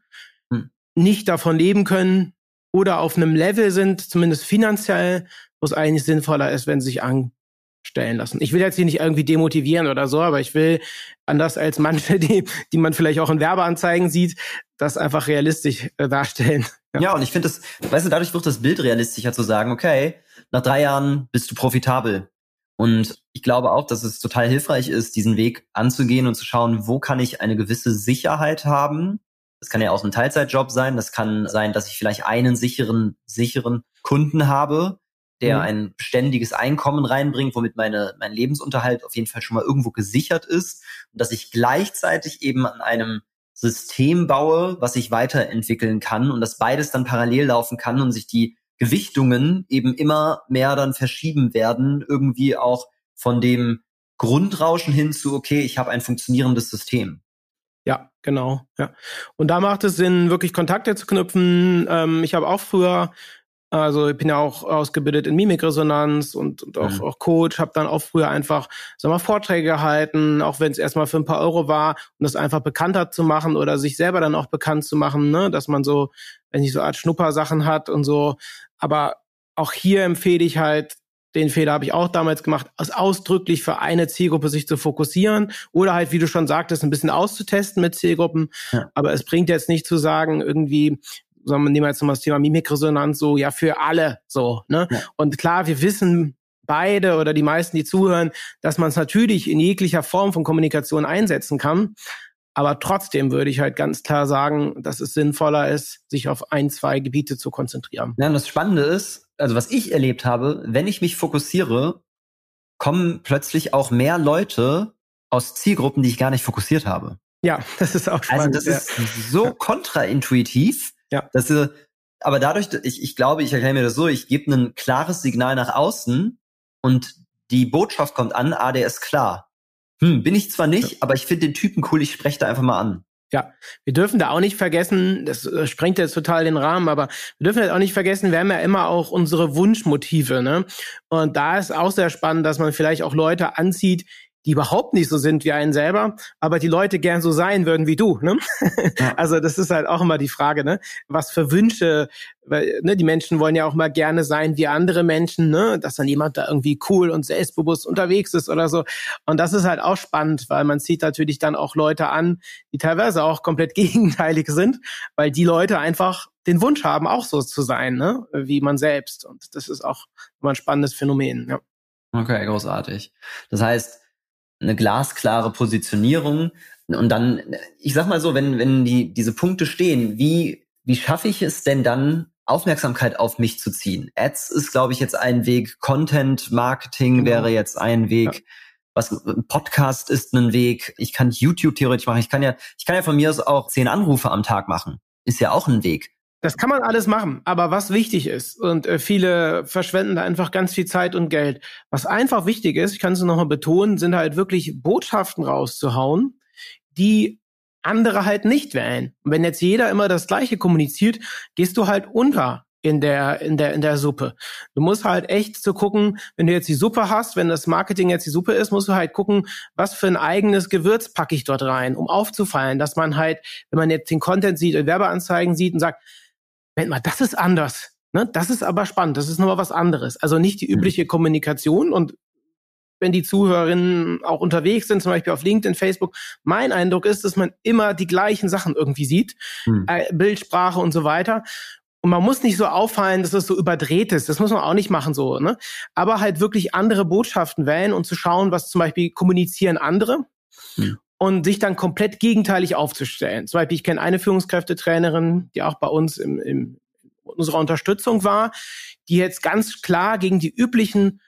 nicht davon leben können oder auf einem Level sind, zumindest finanziell, wo es eigentlich sinnvoller ist, wenn sie sich anstellen lassen. Ich will jetzt hier nicht irgendwie demotivieren oder so, aber ich will, anders als manche, die, die man vielleicht auch in Werbeanzeigen sieht, das einfach realistisch äh, darstellen. Ja. ja, und ich finde das, weißt du, dadurch wird das Bild realistischer zu sagen, okay, nach drei Jahren bist du profitabel. Und ich glaube auch, dass es total hilfreich ist, diesen Weg anzugehen und zu schauen, wo kann ich eine gewisse Sicherheit haben. Das kann ja auch ein Teilzeitjob sein. Das kann sein, dass ich vielleicht einen sicheren, sicheren Kunden habe, der mhm. ein ständiges Einkommen reinbringt, womit meine, mein Lebensunterhalt auf jeden Fall schon mal irgendwo gesichert ist. Und dass ich gleichzeitig eben an einem System baue, was ich weiterentwickeln kann und dass beides dann parallel laufen kann und sich die Gewichtungen eben immer mehr dann verschieben werden, irgendwie auch von dem Grundrauschen hin zu, okay, ich habe ein funktionierendes System. Ja, genau. Ja. Und da macht es Sinn, wirklich Kontakte zu knüpfen. Ähm, ich habe auch früher, also ich bin ja auch ausgebildet in Mimikresonanz und, und auch, mhm. auch Coach, habe dann auch früher einfach, sag mal, Vorträge gehalten, auch wenn es erstmal für ein paar Euro war, um das einfach bekannter zu machen oder sich selber dann auch bekannt zu machen, ne, dass man so, wenn ich so eine Art Schnuppersachen hat und so. Aber auch hier empfehle ich halt, den Fehler habe ich auch damals gemacht, aus ausdrücklich für eine Zielgruppe sich zu fokussieren oder halt, wie du schon sagtest, ein bisschen auszutesten mit Zielgruppen. Ja. Aber es bringt jetzt nicht zu sagen, irgendwie, sagen wir, nehmen wir jetzt nochmal das Thema Mimikresonanz, so, ja, für alle, so, ne? Ja. Und klar, wir wissen beide oder die meisten, die zuhören, dass man es natürlich in jeglicher Form von Kommunikation einsetzen kann. Aber trotzdem würde ich halt ganz klar sagen, dass es sinnvoller ist, sich auf ein, zwei Gebiete zu konzentrieren. Ja, und das Spannende ist, also was ich erlebt habe, wenn ich mich fokussiere, kommen plötzlich auch mehr Leute aus Zielgruppen, die ich gar nicht fokussiert habe. Ja, das ist auch spannend. Also das ja. ist so kontraintuitiv, ja. dass du, aber dadurch, ich, ich glaube, ich erkläre mir das so, ich gebe ein klares Signal nach außen und die Botschaft kommt an, ah, der ist klar. Hm, bin ich zwar nicht, ja. aber ich finde den Typen cool, ich spreche da einfach mal an. Ja, wir dürfen da auch nicht vergessen, das sprengt jetzt total den Rahmen, aber wir dürfen halt auch nicht vergessen, wir haben ja immer auch unsere Wunschmotive, ne? Und da ist auch sehr spannend, dass man vielleicht auch Leute anzieht, die überhaupt nicht so sind wie einen selber, aber die Leute gern so sein würden wie du. Ne? Ja. Also das ist halt auch immer die Frage, ne? Was für Wünsche, weil ne, die Menschen wollen ja auch mal gerne sein wie andere Menschen, ne? Dass dann jemand da irgendwie cool und selbstbewusst unterwegs ist oder so. Und das ist halt auch spannend, weil man zieht natürlich dann auch Leute an, die teilweise auch komplett gegenteilig sind, weil die Leute einfach den Wunsch haben, auch so zu sein, ne? Wie man selbst. Und das ist auch immer ein spannendes Phänomen. Ja. Okay, großartig. Das heißt, eine glasklare Positionierung und dann, ich sag mal so, wenn wenn die diese Punkte stehen, wie wie schaffe ich es denn dann, Aufmerksamkeit auf mich zu ziehen? Ads ist, glaube ich, jetzt ein Weg, Content Marketing genau. wäre jetzt ein Weg, ja. was Podcast ist ein Weg, ich kann YouTube theoretisch machen, ich kann ja ich kann ja von mir aus auch zehn Anrufe am Tag machen, ist ja auch ein Weg. Das kann man alles machen, aber was wichtig ist, und äh, viele verschwenden da einfach ganz viel Zeit und Geld, was einfach wichtig ist, ich kann es nochmal betonen, sind halt wirklich Botschaften rauszuhauen, die andere halt nicht wählen. Und wenn jetzt jeder immer das Gleiche kommuniziert, gehst du halt unter in der in der in der Suppe. Du musst halt echt zu gucken, wenn du jetzt die Suppe hast, wenn das Marketing jetzt die Suppe ist, musst du halt gucken, was für ein eigenes Gewürz packe ich dort rein, um aufzufallen, dass man halt, wenn man jetzt den Content sieht und Werbeanzeigen sieht und sagt, Moment mal, das ist anders. Ne? Das ist aber spannend. Das ist nochmal was anderes. Also nicht die übliche Kommunikation. Und wenn die Zuhörerinnen auch unterwegs sind, zum Beispiel auf LinkedIn, Facebook, mein Eindruck ist, dass man immer die gleichen Sachen irgendwie sieht. Hm. Äh, Bildsprache und so weiter. Und man muss nicht so auffallen, dass es so überdreht ist. Das muss man auch nicht machen so. Ne? Aber halt wirklich andere Botschaften wählen und zu schauen, was zum Beispiel kommunizieren andere. Hm. Und sich dann komplett gegenteilig aufzustellen. Zum Beispiel, ich kenne eine Führungskräftetrainerin, die auch bei uns im, im, in unserer Unterstützung war, die jetzt ganz klar gegen die üblichen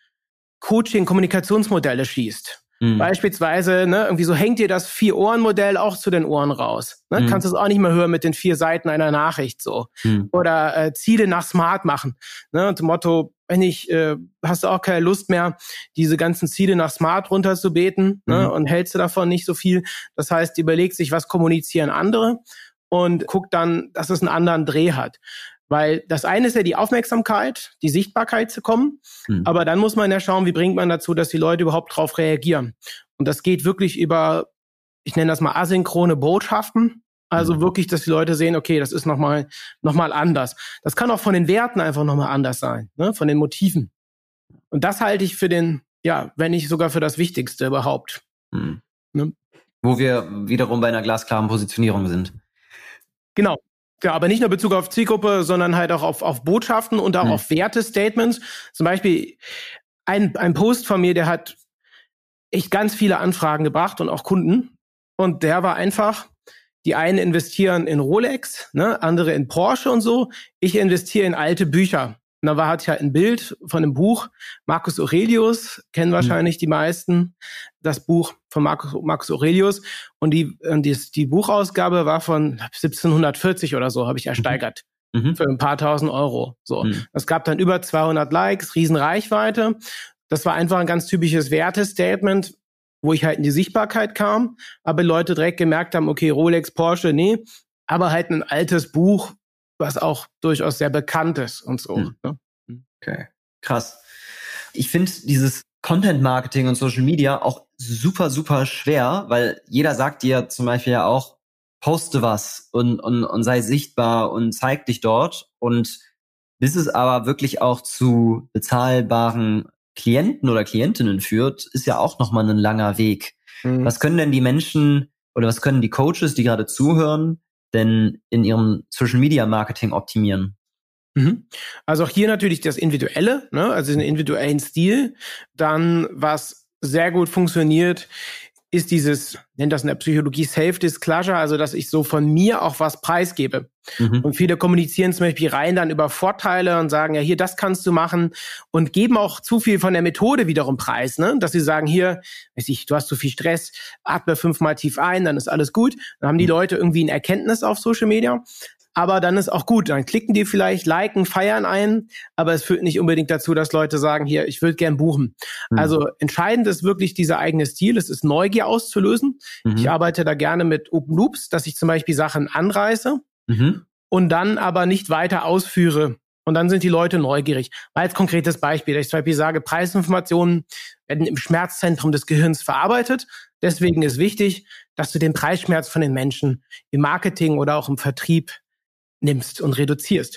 Coaching-Kommunikationsmodelle schießt. Mhm. Beispielsweise, ne, irgendwie so hängt dir das Vier-Ohren-Modell auch zu den Ohren raus. Ne? Mhm. Kannst du es auch nicht mehr hören mit den vier Seiten einer Nachricht so. Mhm. Oder äh, Ziele nach Smart machen. Ne? Zum Motto, wenn ich, äh, hast du auch keine Lust mehr, diese ganzen Ziele nach Smart runterzubeten, mhm. ne? Und hältst du davon nicht so viel. Das heißt, überlegt sich, was kommunizieren andere und guckt dann, dass es einen anderen Dreh hat. Weil das eine ist ja die Aufmerksamkeit, die Sichtbarkeit zu kommen. Mhm. Aber dann muss man ja schauen, wie bringt man dazu, dass die Leute überhaupt drauf reagieren. Und das geht wirklich über, ich nenne das mal asynchrone Botschaften. Also mhm. wirklich, dass die Leute sehen, okay, das ist nochmal noch mal anders. Das kann auch von den Werten einfach nochmal anders sein, ne? Von den Motiven. Und das halte ich für den, ja, wenn nicht sogar für das Wichtigste überhaupt. Mhm. Ne? Wo wir wiederum bei einer glasklaren Positionierung sind. Genau. Ja, aber nicht nur in Bezug auf Zielgruppe, sondern halt auch auf, auf Botschaften und auch mhm. auf Wertestatements. Zum Beispiel ein, ein Post von mir, der hat echt ganz viele Anfragen gebracht und auch Kunden. Und der war einfach, die einen investieren in Rolex, ne, andere in Porsche und so. Ich investiere in alte Bücher. Und da war halt ja ein Bild von einem Buch, Marcus Aurelius, kennen wahrscheinlich mhm. die meisten, das Buch von Marcus, Marcus Aurelius. Und die, die, die Buchausgabe war von siebzehnhundertvierzig oder so, habe ich ersteigert. Mhm. Für ein paar tausend Euro. So. Mhm. Es gab dann über zweihundert Likes, riesen Reichweite. Das war einfach ein ganz typisches Wertestatement, wo ich halt in die Sichtbarkeit kam, aber Leute direkt gemerkt haben, okay, Rolex, Porsche, nee, aber halt ein altes Buch, was auch durchaus sehr bekannt ist und so. Hm. Ne? Okay, krass. Ich finde dieses Content-Marketing und Social Media auch super, super schwer, weil jeder sagt dir zum Beispiel ja auch, poste was und, und, und sei sichtbar und zeig dich dort. Und bis es aber wirklich auch zu bezahlbaren Klienten oder Klientinnen führt, ist ja auch nochmal ein langer Weg. Hm. Was können denn die Menschen oder was können die Coaches, die gerade zuhören, denn in ihrem Social-Media-Marketing optimieren? Mhm. Also auch hier natürlich das Individuelle, ne? Also den individuellen Stil. Dann, was sehr gut funktioniert, ist dieses, nennt das in der Psychologie Self-Disclosure, also dass ich so von mir auch was preisgebe. Mhm. Und viele kommunizieren zum Beispiel rein dann über Vorteile und sagen, ja hier, das kannst du machen und geben auch zu viel von der Methode wiederum preis, ne? Dass sie sagen, hier, weiß ich, du hast zu viel Stress, atme fünfmal tief ein, dann ist alles gut. Dann haben die Leute irgendwie eine Erkenntnis auf Social Media. Aber dann ist auch gut, dann klicken die vielleicht, liken, feiern ein, aber es führt nicht unbedingt dazu, dass Leute sagen, hier, ich würde gern buchen. Mhm. Also entscheidend ist wirklich dieser eigene Stil, es ist Neugier auszulösen. Mhm. Ich arbeite da gerne mit Open Loops, dass ich zum Beispiel Sachen anreiße mhm. und dann aber nicht weiter ausführe, Und dann sind die Leute neugierig. Mal als konkretes Beispiel, dass ich zum Beispiel sage, Preisinformationen werden im Schmerzzentrum des Gehirns verarbeitet. Deswegen ist wichtig, dass du den Preisschmerz von den Menschen im Marketing oder auch im Vertrieb nimmst und reduzierst.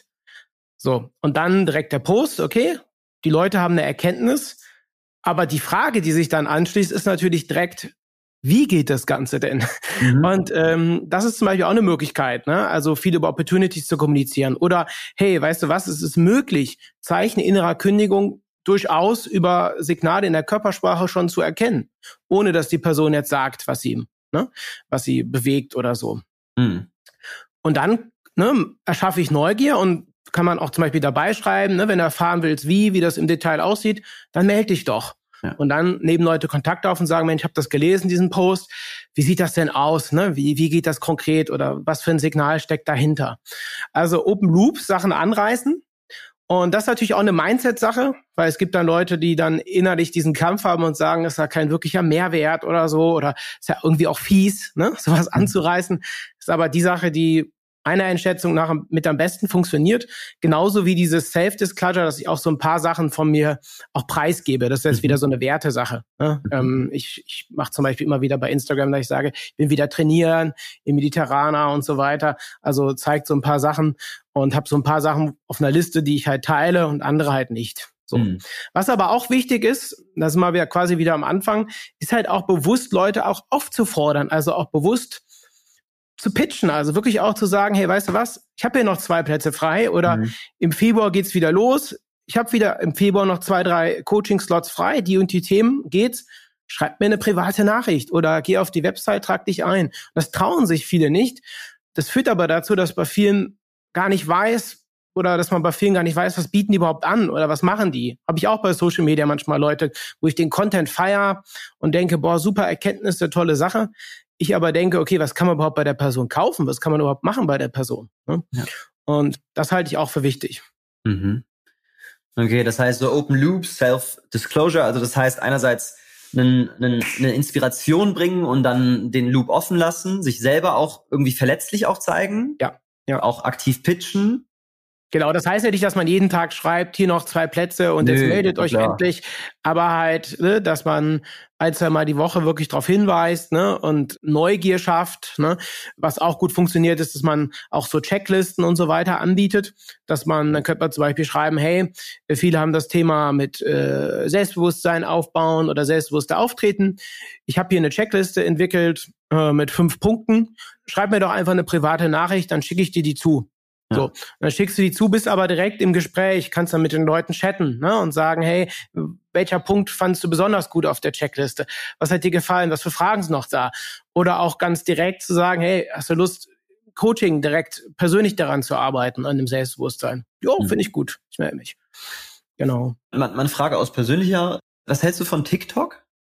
So, und dann direkt der Post, okay, die Leute haben eine Erkenntnis, aber die Frage, die sich dann anschließt, ist natürlich direkt, wie geht das Ganze denn? Mhm. Und ähm, das ist zum Beispiel auch eine Möglichkeit, ne? Also viel über Opportunities zu kommunizieren. Oder, hey, weißt du was, es ist möglich, Zeichen innerer Kündigung durchaus über Signale in der Körpersprache schon zu erkennen, ohne dass die Person jetzt sagt, was sie, ne, was sie bewegt oder so. Mhm. Und dann ne, erschaffe ich Neugier und kann man auch zum Beispiel dabei schreiben, ne, wenn du erfahren willst, wie, wie das im Detail aussieht, dann melde dich doch. Ja. Und dann nehmen Leute Kontakt auf und sagen, Mensch, ich habe das gelesen, diesen Post. Wie sieht das denn aus? Ne? Wie, wie geht das konkret? Oder was für ein Signal steckt dahinter? Also Open Loop, Sachen anreißen. Und das ist natürlich auch eine Mindset-Sache, weil es gibt dann Leute, die dann innerlich diesen Kampf haben und sagen, das ist ja kein wirklicher Mehrwert oder so. Oder ist ja irgendwie auch fies, ne, sowas anzureißen. Ist aber die Sache, die meiner Einschätzung nach mit am besten funktioniert. Genauso wie dieses Self-Disclosure, dass ich auch so ein paar Sachen von mir auch preisgebe. Das ist jetzt wieder so eine Wertesache. Ne? Mhm. Ähm, ich ich mache zum Beispiel immer wieder bei Instagram, dass ich sage, ich bin wieder trainieren, im Mediterraner und so weiter. Also zeigt so ein paar Sachen und habe so ein paar Sachen auf einer Liste, die ich halt teile und andere halt nicht. So. Mhm. Was aber auch wichtig ist, das sind wir wieder quasi wieder am Anfang, ist halt auch bewusst Leute auch aufzufordern, also auch bewusst zu pitchen, also wirklich auch zu sagen, hey, weißt du was, ich habe hier noch zwei Plätze frei oder mhm. im Februar geht's wieder los, ich habe wieder im Februar noch zwei, drei Coaching-Slots frei, die und die Themen geht's, schreib mir eine private Nachricht oder geh auf die Website, trag dich ein. Das trauen sich viele nicht. Das führt aber dazu, dass bei vielen gar nicht weiß oder dass man bei vielen gar nicht weiß, was bieten die überhaupt an oder was machen die. Habe ich auch bei Social Media manchmal Leute, wo ich den Content feiere und denke, boah, super Erkenntnisse, tolle Sache. Ich aber denke, okay, was kann man überhaupt bei der Person kaufen? Was kann man überhaupt machen bei der Person? Ne? Ja. Und das halte ich auch für wichtig. Mhm. Okay, das heißt so Open Loop, Self-Disclosure, also das heißt einerseits einen, einen, eine Inspiration bringen und dann den Loop offen lassen, sich selber auch irgendwie verletzlich auch zeigen, ja, ja. auch aktiv pitchen. Genau, das heißt ja nicht, dass man jeden Tag schreibt, hier noch zwei Plätze und Nö, jetzt meldet euch klar. endlich, aber halt, ne, dass man ein, zwei Mal die Woche wirklich darauf hinweist, ne, und Neugier schafft, ne. Was auch gut funktioniert, ist, dass man auch so Checklisten und so weiter anbietet, dass man, dann könnte man zum Beispiel schreiben, hey, viele haben das Thema mit äh, Selbstbewusstsein aufbauen oder selbstbewusster auftreten. Ich habe hier eine Checkliste entwickelt äh, mit fünf Punkten. Schreib mir doch einfach eine private Nachricht, dann schicke ich dir die zu. Ja. So, dann schickst du die zu, bist aber direkt im Gespräch, kannst dann mit den Leuten chatten, ne, und sagen, hey, welcher Punkt fandst du besonders gut auf der Checkliste? Was hat dir gefallen? Was für Fragen sind noch da? Oder auch ganz direkt zu sagen, hey, hast du Lust, Coaching direkt persönlich daran zu arbeiten, an dem Selbstbewusstsein? Jo, mhm. finde ich gut. Ich melde mich. Genau. Man, man frage aus persönlicher, was hältst du von TikTok?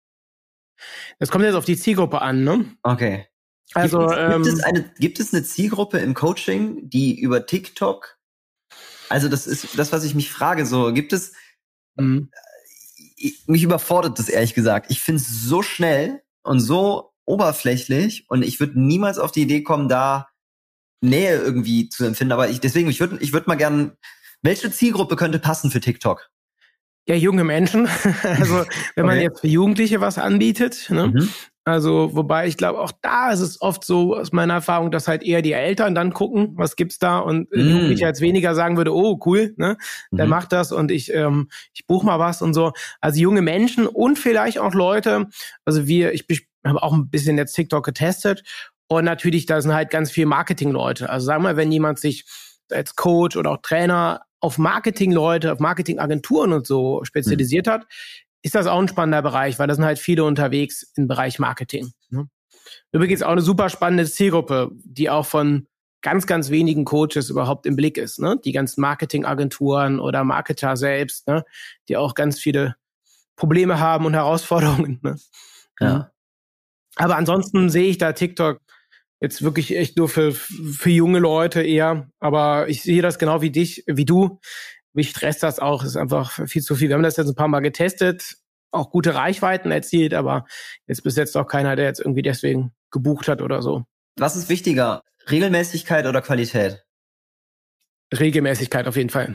Das kommt jetzt auf die Zielgruppe an, ne? Okay. Also, gibt, ähm, gibt, es eine, gibt es eine Zielgruppe im Coaching, die über TikTok, also das ist das, was ich mich frage, so gibt es, mhm. mich überfordert das ehrlich gesagt. Ich finde es so schnell und so oberflächlich und ich würde niemals auf die Idee kommen, da Nähe irgendwie zu empfinden. Aber ich deswegen, ich würde ich würde mal gerne, welche Zielgruppe könnte passen für TikTok? Ja, junge Menschen. Also wenn man okay. jetzt für Jugendliche was anbietet, ne? Mhm. Also, wobei ich glaube, auch da ist es oft so aus meiner Erfahrung, dass halt eher die Eltern dann gucken, was gibt's da und mm. Jugendliche als weniger sagen würde, oh, cool, ne, der mhm. macht das und ich ähm, ich buche mal was und so. Also junge Menschen und vielleicht auch Leute, also wir, ich, ich habe auch ein bisschen jetzt TikTok getestet und natürlich, da sind halt ganz viele Marketing-Leute. Also sag mal, wenn jemand sich als Coach oder auch Trainer auf Marketing-Leute, auf Marketingagenturen und so spezialisiert mhm. hat, ist das auch ein spannender Bereich, weil da sind halt viele unterwegs im Bereich Marketing. Ne? Übrigens auch eine super spannende Zielgruppe, die auch von ganz, ganz wenigen Coaches überhaupt im Blick ist. Ne? Die ganzen Marketingagenturen oder Marketer selbst, ne? Die auch ganz viele Probleme haben und Herausforderungen. Ne? Ja. Aber ansonsten sehe ich da TikTok jetzt wirklich echt nur für, für junge Leute eher. Aber ich sehe das genau wie dich, wie du. Mich stresst das auch, ist einfach viel zu viel. Wir haben das jetzt ein paar Mal getestet, auch gute Reichweiten erzielt, aber jetzt bis jetzt auch keiner, der jetzt irgendwie deswegen gebucht hat oder so. Was ist wichtiger, Regelmäßigkeit oder Qualität? Regelmäßigkeit auf jeden Fall.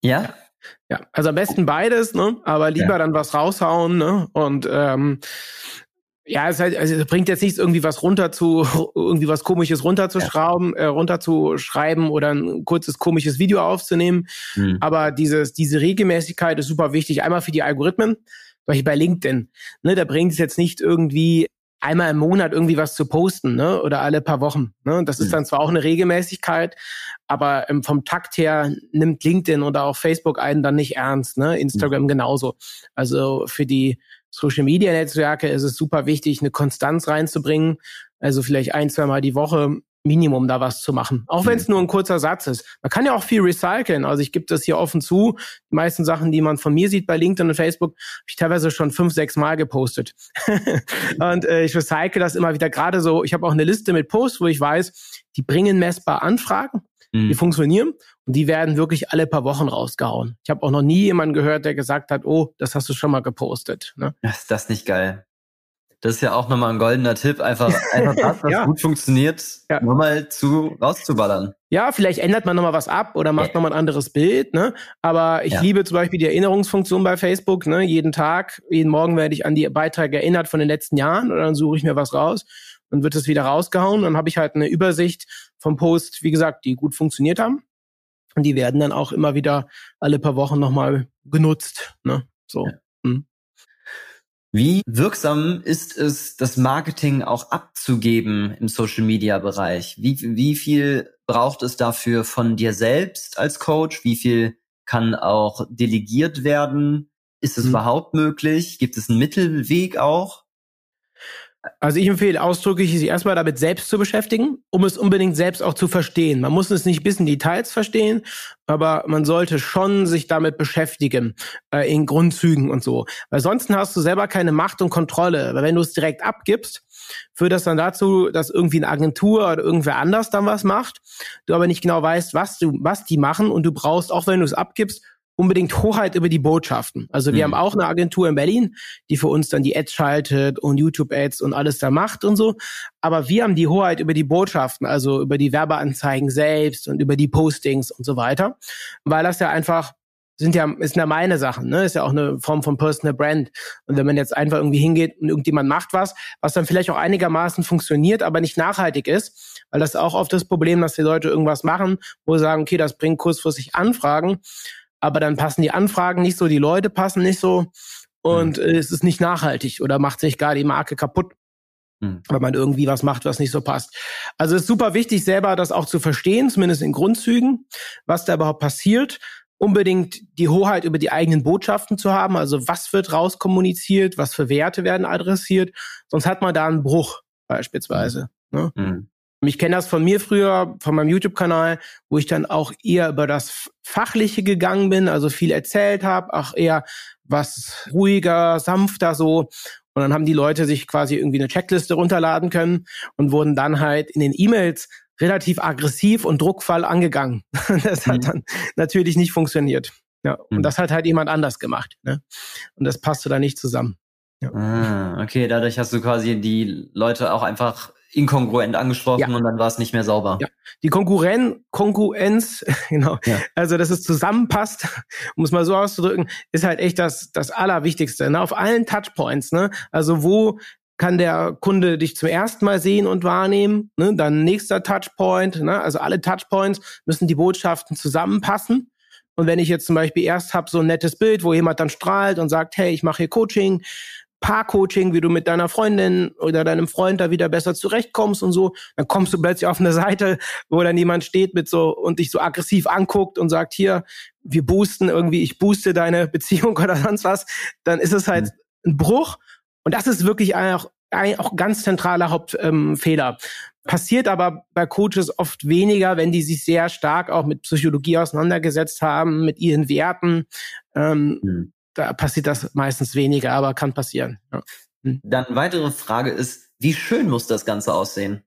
Ja? Ja, also am besten beides, ne? Aber lieber ja. dann was raushauen, ne? Und ähm, ja, es halt, also es bringt jetzt nichts, irgendwie was runter zu, irgendwie was Komisches runterzuschrauben, ja. äh, runterzuschreiben oder ein kurzes komisches Video aufzunehmen. Mhm. Aber dieses, diese Regelmäßigkeit ist super wichtig. Einmal für die Algorithmen, zum Beispiel bei LinkedIn. Ne, da bringt es jetzt nicht irgendwie einmal im Monat irgendwie was zu posten, ne, oder alle paar Wochen. Ne, das ist mhm. dann zwar auch eine Regelmäßigkeit, aber ähm, vom Takt her nimmt LinkedIn oder auch Facebook einen dann nicht ernst, ne, Instagram mhm. genauso. Also für die Social-Media-Netzwerke ist es super wichtig, eine Konstanz reinzubringen, also vielleicht ein, zwei Mal die Woche Minimum da was zu machen. Auch wenn es nur ein kurzer Satz ist. Man kann ja auch viel recyceln. Also ich gebe das hier offen zu. Die meisten Sachen, die man von mir sieht bei LinkedIn und Facebook, habe ich teilweise schon fünf, sechs Mal gepostet. Und äh, ich recycle das immer wieder. Gerade so, ich habe auch eine Liste mit Posts, wo ich weiß, die bringen messbar Anfragen, mhm. die funktionieren und die werden wirklich alle paar Wochen rausgehauen. Ich habe auch noch nie jemanden gehört, der gesagt hat, oh, das hast du schon mal gepostet. Ne? Ist das nicht geil? Das ist ja auch nochmal ein goldener Tipp, einfach, einfach das, was ja. gut funktioniert, ja. nur mal zu, rauszuballern. Ja, vielleicht ändert man nochmal was ab oder macht ja. nochmal ein anderes Bild, ne? Aber ich ja. liebe zum Beispiel die Erinnerungsfunktion bei Facebook, ne? Jeden Tag, jeden Morgen werde ich an die Beiträge erinnert von den letzten Jahren oder dann suche ich mir was raus und wird es wieder rausgehauen. Dann habe ich halt eine Übersicht vom Post, wie gesagt, die gut funktioniert haben. Und die werden dann auch immer wieder alle paar Wochen nochmal genutzt, ne? So. Ja. Hm. Wie wirksam ist es, das Marketing auch abzugeben im Social-Media-Bereich? Wie, wie viel braucht es dafür von dir selbst als Coach? Wie viel kann auch delegiert werden? Ist es mhm. überhaupt möglich? Gibt es einen Mittelweg auch? Also ich empfehle ausdrücklich, sich erstmal damit selbst zu beschäftigen, um es unbedingt selbst auch zu verstehen. Man muss es nicht bis in Details verstehen, aber man sollte schon sich damit beschäftigen, äh, in Grundzügen und so. Weil sonst hast du selber keine Macht und Kontrolle. Weil wenn du es direkt abgibst, führt das dann dazu, dass irgendwie eine Agentur oder irgendwer anders dann was macht, du aber nicht genau weißt, was du, was die machen und du brauchst, auch wenn du es abgibst, unbedingt Hoheit über die Botschaften. Also wir mhm. haben auch eine Agentur in Berlin, die für uns dann die Ads schaltet und YouTube-Ads und alles da macht und so. Aber wir haben die Hoheit über die Botschaften, also über die Werbeanzeigen selbst und über die Postings und so weiter. Weil das ja einfach, sind ja, ist ja meine Sachen, ne? Ist ja auch eine Form von Personal Brand. Und wenn man jetzt einfach irgendwie hingeht und irgendjemand macht was, was dann vielleicht auch einigermaßen funktioniert, aber nicht nachhaltig ist, weil das ist auch oft das Problem, dass die Leute irgendwas machen, wo sie sagen, okay, das bringt kurzfristig Anfragen, aber dann passen die Anfragen nicht so, die Leute passen nicht so und mhm. es ist nicht nachhaltig oder macht sich gar die Marke kaputt, mhm. weil man irgendwie was macht, was nicht so passt. Also es ist super wichtig, selber das auch zu verstehen, zumindest in Grundzügen, was da überhaupt passiert. Unbedingt die Hoheit über die eigenen Botschaften zu haben, also was wird rauskommuniziert, was für Werte werden adressiert, sonst hat man da einen Bruch beispielsweise. Mhm. Ne? Mhm. Ich kenne das von mir früher, von meinem YouTube-Kanal, wo ich dann auch eher über das Fachliche gegangen bin, also viel erzählt habe, auch eher was ruhiger, sanfter so. Und dann haben die Leute sich quasi irgendwie eine Checkliste runterladen können und wurden dann halt in den E-Mails relativ aggressiv und druckvoll angegangen. Das mhm. hat dann natürlich nicht funktioniert. Ja, und mhm. das hat halt jemand anders gemacht. Ne? Und das passte da nicht zusammen. Ja. Ah, okay, dadurch hast du quasi die Leute auch einfach inkongruent angesprochen ja. und dann war es nicht mehr sauber. Ja, die Konkurren- Kongruenz, genau, ja. also dass es zusammenpasst, um es mal so auszudrücken, ist halt echt das das Allerwichtigste, ne? Auf allen Touchpoints, ne? Also wo kann der Kunde dich zum ersten Mal sehen und wahrnehmen, ne? Dann nächster Touchpoint, ne? Also alle Touchpoints müssen die Botschaften zusammenpassen. Und wenn ich jetzt zum Beispiel erst habe so ein nettes Bild, wo jemand dann strahlt und sagt, hey, ich mache hier Coaching, Paar-Coaching, wie du mit deiner Freundin oder deinem Freund da wieder besser zurechtkommst und so, dann kommst du plötzlich auf eine Seite, wo dann jemand steht mit so und dich so aggressiv anguckt und sagt, hier, wir boosten irgendwie, ich booste deine Beziehung oder sonst was, dann ist es halt mhm. ein Bruch und das ist wirklich auch ein auch ganz zentraler Hauptfehler. Ähm, Passiert aber bei Coaches oft weniger, wenn die sich sehr stark auch mit Psychologie auseinandergesetzt haben, mit ihren Werten, ähm, mhm. Da passiert das meistens weniger, aber kann passieren. Ja. Hm. Dann weitere Frage ist, wie schön muss das Ganze aussehen?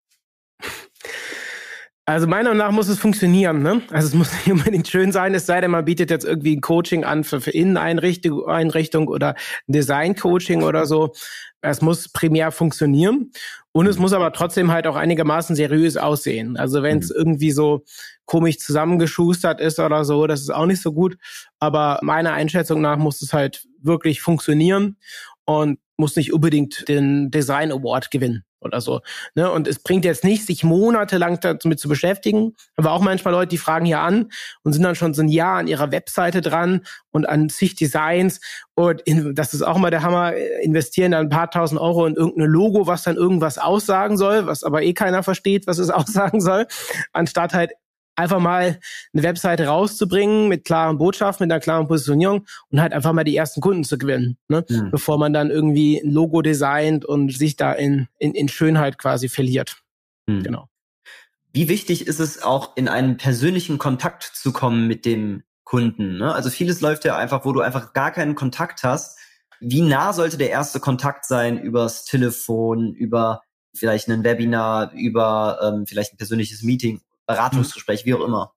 Also meiner Meinung nach muss es funktionieren, ne? Also es muss nicht unbedingt schön sein, es sei denn, man bietet jetzt irgendwie ein Coaching an für, für Inneneinrichtung Einrichtung oder ein Design-Coaching oder so. Es muss primär funktionieren. Und es muss aber trotzdem halt auch einigermaßen seriös aussehen. Also wenn es mhm. irgendwie so komisch zusammengeschustert ist oder so, das ist auch nicht so gut. Aber meiner Einschätzung nach muss es halt wirklich funktionieren und muss nicht unbedingt den Design Award gewinnen oder so. Ne? Und es bringt jetzt nicht, sich monatelang damit zu beschäftigen. Aber auch manchmal Leute, die fragen hier an und sind dann schon so ein Jahr an ihrer Webseite dran und an zig Designs. Und in, das ist auch mal der Hammer, investieren dann ein paar tausend Euro in irgendein Logo, was dann irgendwas aussagen soll, was aber eh keiner versteht, was es aussagen soll, anstatt halt einfach mal eine Webseite rauszubringen mit klaren Botschaften, mit einer klaren Positionierung und halt einfach mal die ersten Kunden zu gewinnen, ne? Mhm. Bevor man dann irgendwie ein Logo designt und sich da in, in, in Schönheit quasi verliert. Mhm. Genau. Wie wichtig ist es auch, in einen persönlichen Kontakt zu kommen mit dem Kunden, ne? Also vieles läuft ja einfach, wo du einfach gar keinen Kontakt hast. Wie nah sollte der erste Kontakt sein? Übers Telefon, über vielleicht ein Webinar, über ähm, vielleicht ein persönliches Meeting? Beratungsgespräch, wie auch immer.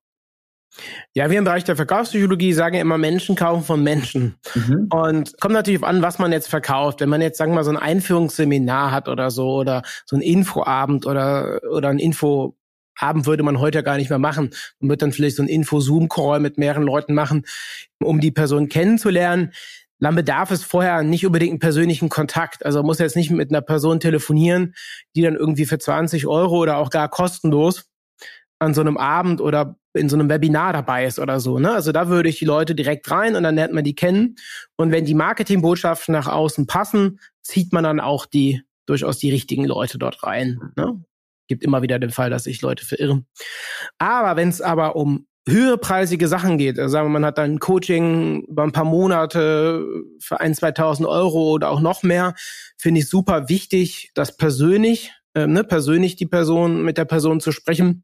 Ja, wir im Bereich der Verkaufspsychologie sagen ja immer, Menschen kaufen von Menschen. Mhm. Und kommt natürlich an, was man jetzt verkauft. Wenn man jetzt, sagen wir mal, so ein Einführungsseminar hat oder so, oder so ein Infoabend oder, oder ein Infoabend würde man heute gar nicht mehr machen. Man wird dann vielleicht so ein Info-Zoom-Call mit mehreren Leuten machen, um die Person kennenzulernen. Dann bedarf es vorher nicht unbedingt einen persönlichen Kontakt. Also man muss jetzt nicht mit einer Person telefonieren, die dann irgendwie für zwanzig Euro oder auch gar kostenlos an so einem Abend oder in so einem Webinar dabei ist oder so, ne? Also da würde ich die Leute direkt rein und dann lernt man die kennen. Und wenn die Marketingbotschaften nach außen passen, zieht man dann auch die durchaus die richtigen Leute dort rein, ne? Gibt immer wieder den Fall, dass sich Leute verirren. Aber wenn es aber um höherpreisige Sachen geht, also sagen wir, man hat dann ein Coaching über ein paar Monate für ein, zweitausend Euro oder auch noch mehr, finde ich super wichtig, das persönlich, äh, ne, persönlich die Person, mit der Person zu sprechen.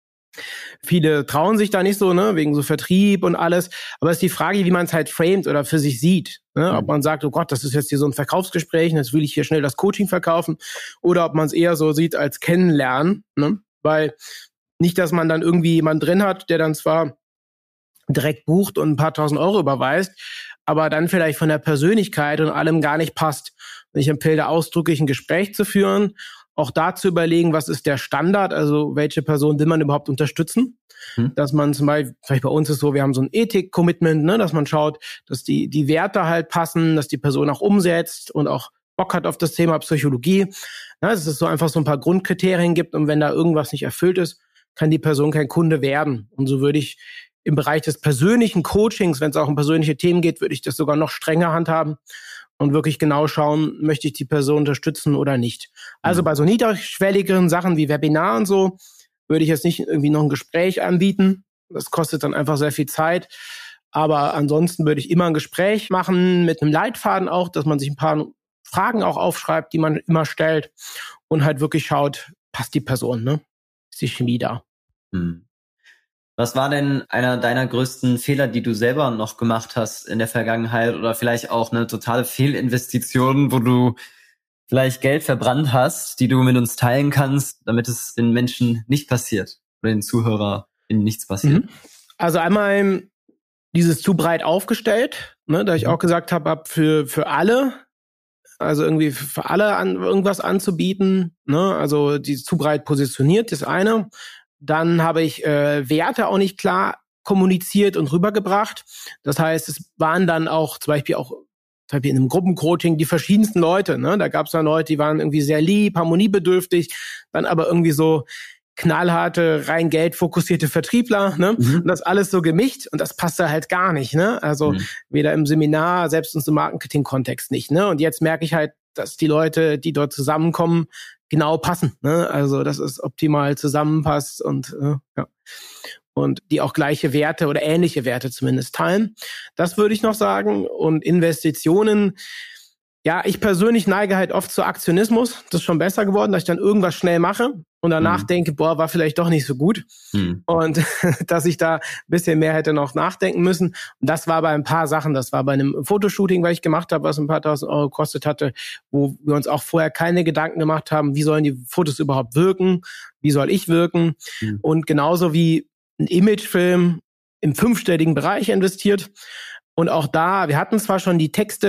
Viele trauen sich da nicht so, ne, wegen so Vertrieb und alles. Aber es ist die Frage, wie man es halt framet oder für sich sieht. Ne? Mhm. Ob man sagt, oh Gott, das ist jetzt hier so ein Verkaufsgespräch, jetzt will ich hier schnell das Coaching verkaufen. Oder ob man es eher so sieht als Kennenlernen. Ne? Weil nicht, dass man dann irgendwie jemanden drin hat, der dann zwar direkt bucht und ein paar tausend Euro überweist, aber dann vielleicht von der Persönlichkeit und allem gar nicht passt. Und ich empfehle da ausdrücklich ein Gespräch zu führen, auch da zu überlegen, was ist der Standard, also welche Person will man überhaupt unterstützen, hm. dass man zum Beispiel, vielleicht bei uns ist so, wir haben so ein Ethik-Commitment, ne, dass man schaut, dass die die Werte halt passen, dass die Person auch umsetzt und auch Bock hat auf das Thema Psychologie, ja, dass es so einfach so ein paar Grundkriterien gibt und wenn da irgendwas nicht erfüllt ist, kann die Person kein Kunde werden. Und so würde ich im Bereich des persönlichen Coachings, wenn es auch um persönliche Themen geht, würde ich das sogar noch strenger handhaben und wirklich genau schauen, möchte ich die Person unterstützen oder nicht. Also bei so niedrigschwelligeren Sachen wie Webinar und so würde ich jetzt nicht irgendwie noch ein Gespräch anbieten. Das kostet dann einfach sehr viel Zeit. Aber ansonsten würde ich immer ein Gespräch machen mit einem Leitfaden auch, dass man sich ein paar Fragen auch aufschreibt, die man immer stellt und halt wirklich schaut, passt die Person, ne? Ist die Chemie da? Hm. Was war denn einer deiner größten Fehler, die du selber noch gemacht hast in der Vergangenheit oder vielleicht auch eine totale Fehlinvestition, wo du vielleicht Geld verbrannt hast, die du mit uns teilen kannst, damit es den Menschen nicht passiert oder den ZuhörerInnen nichts passiert? Also einmal dieses zu breit aufgestellt, ne, da ich auch gesagt habe, hab für für alle, also irgendwie für alle an, irgendwas anzubieten, ne, also die zu breit positioniert, das eine. Dann habe ich äh, Werte auch nicht klar kommuniziert und rübergebracht. Das heißt, es waren dann auch zum Beispiel auch zum Beispiel in einem Gruppencoaching die verschiedensten Leute. Ne? Da gab es dann Leute, die waren irgendwie sehr lieb, harmoniebedürftig, dann aber irgendwie so knallharte, rein geldfokussierte Vertriebler. Ne? Mhm. Und das alles so gemischt und das passte halt gar nicht. Ne? Also mhm. weder im Seminar, selbst in so Marketing-Kontext nicht. Ne? Und jetzt merke ich halt, dass die Leute, die dort zusammenkommen, genau passen, ne? Also dass es optimal zusammenpasst und äh, ja und die auch gleiche Werte oder ähnliche Werte zumindest teilen. Das würde ich noch sagen. Und Investitionen, ja, ich persönlich neige halt oft zu Aktionismus. Das ist schon besser geworden, dass ich dann irgendwas schnell mache und danach mhm. denke, boah, war vielleicht doch nicht so gut. Mhm. Und dass ich da ein bisschen mehr hätte noch nachdenken müssen. Und das war bei ein paar Sachen. Das war bei einem Fotoshooting, was ich gemacht habe, was ein paar tausend Euro gekostet hatte, wo wir uns auch vorher keine Gedanken gemacht haben, wie sollen die Fotos überhaupt wirken? Wie soll ich wirken? Mhm. Und genauso wie ein Imagefilm im fünfstelligen Bereich investiert. Und auch da, wir hatten zwar schon die Texte,